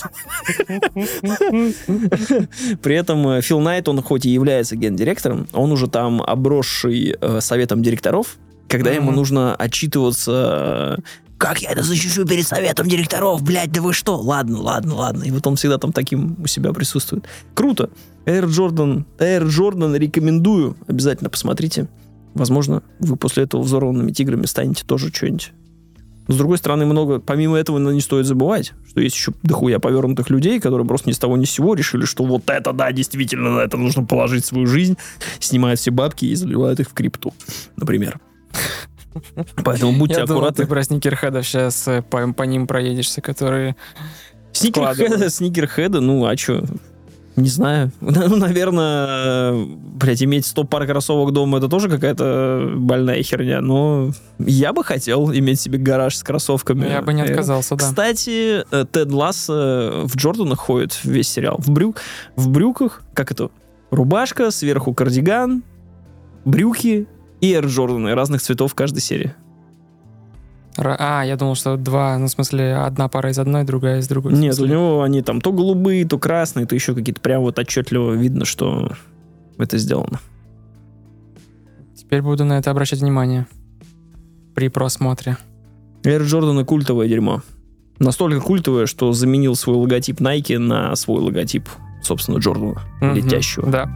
При этом э, Фил Найт, он хоть и является гендиректором, он уже там обросший э, советом директоров, когда ему Мгм. нужно отчитываться, э, как я это защищу перед советом директоров, блядь, да вы что? Ладно, ладно, ладно. И вот он всегда там таким у себя присутствует. Круто. Air Jordan, Air Jordan рекомендую. Обязательно посмотрите. Возможно, вы после этого взорванными тиграми станете тоже что-нибудь. Но, с другой стороны, много, помимо этого, не стоит забывать, что есть еще дохуя повернутых людей, которые просто ни с того ни с сего решили, что вот это, да, действительно, на это нужно положить свою жизнь, снимают все бабки и заливают их в крипту, например. Поэтому будьте Я думал, аккуратны. ты про сникерхедов сейчас по, по ним проедешься, которые... Сникерхеда, складывают. сникерхеда, ну, а что? Не знаю. Ну, наверное, блядь, иметь сто пар кроссовок дома — это тоже какая-то больная херня, но я бы хотел иметь себе гараж с кроссовками. Я бы не Э, отказался, да. Кстати, э, Тед Лассо в Джорданах ходит весь сериал. В, брюк, в брюках, как это? Рубашка, сверху кардиган, брюки и Air Джорданы разных цветов в каждой серии. Ра- А, я думал, что два, ну, в смысле, одна пара из одной, другая из другой. В Нет, у смысле, него они там то голубые, то красные, то еще какие-то прям вот отчетливо видно, что это сделано. Теперь буду на это обращать внимание при просмотре. Air Jordan культовое дерьмо. Настолько культовое, что заменил свой логотип Nike на свой логотип, собственно, Джордана, Мгм, летящего. Да.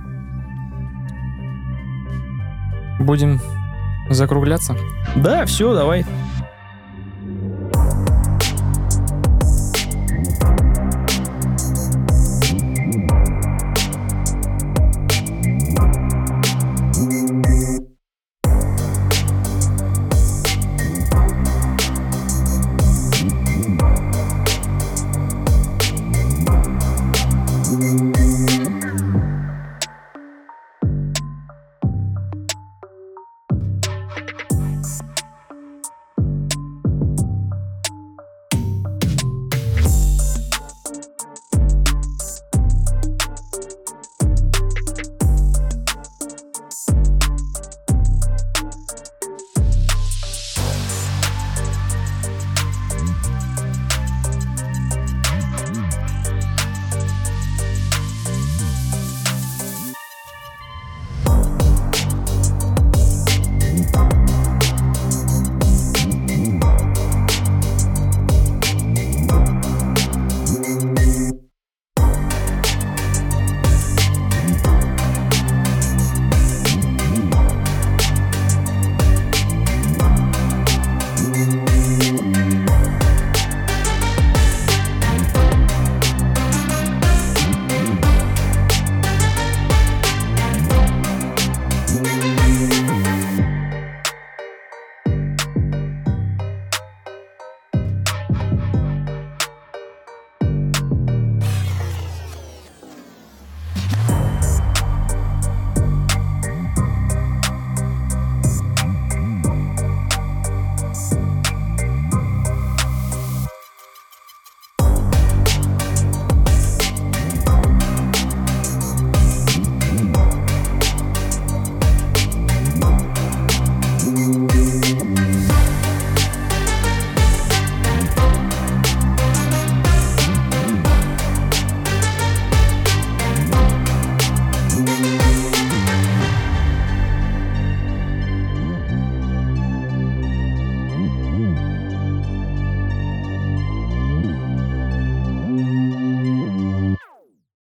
Будем закругляться. Да, все, давай.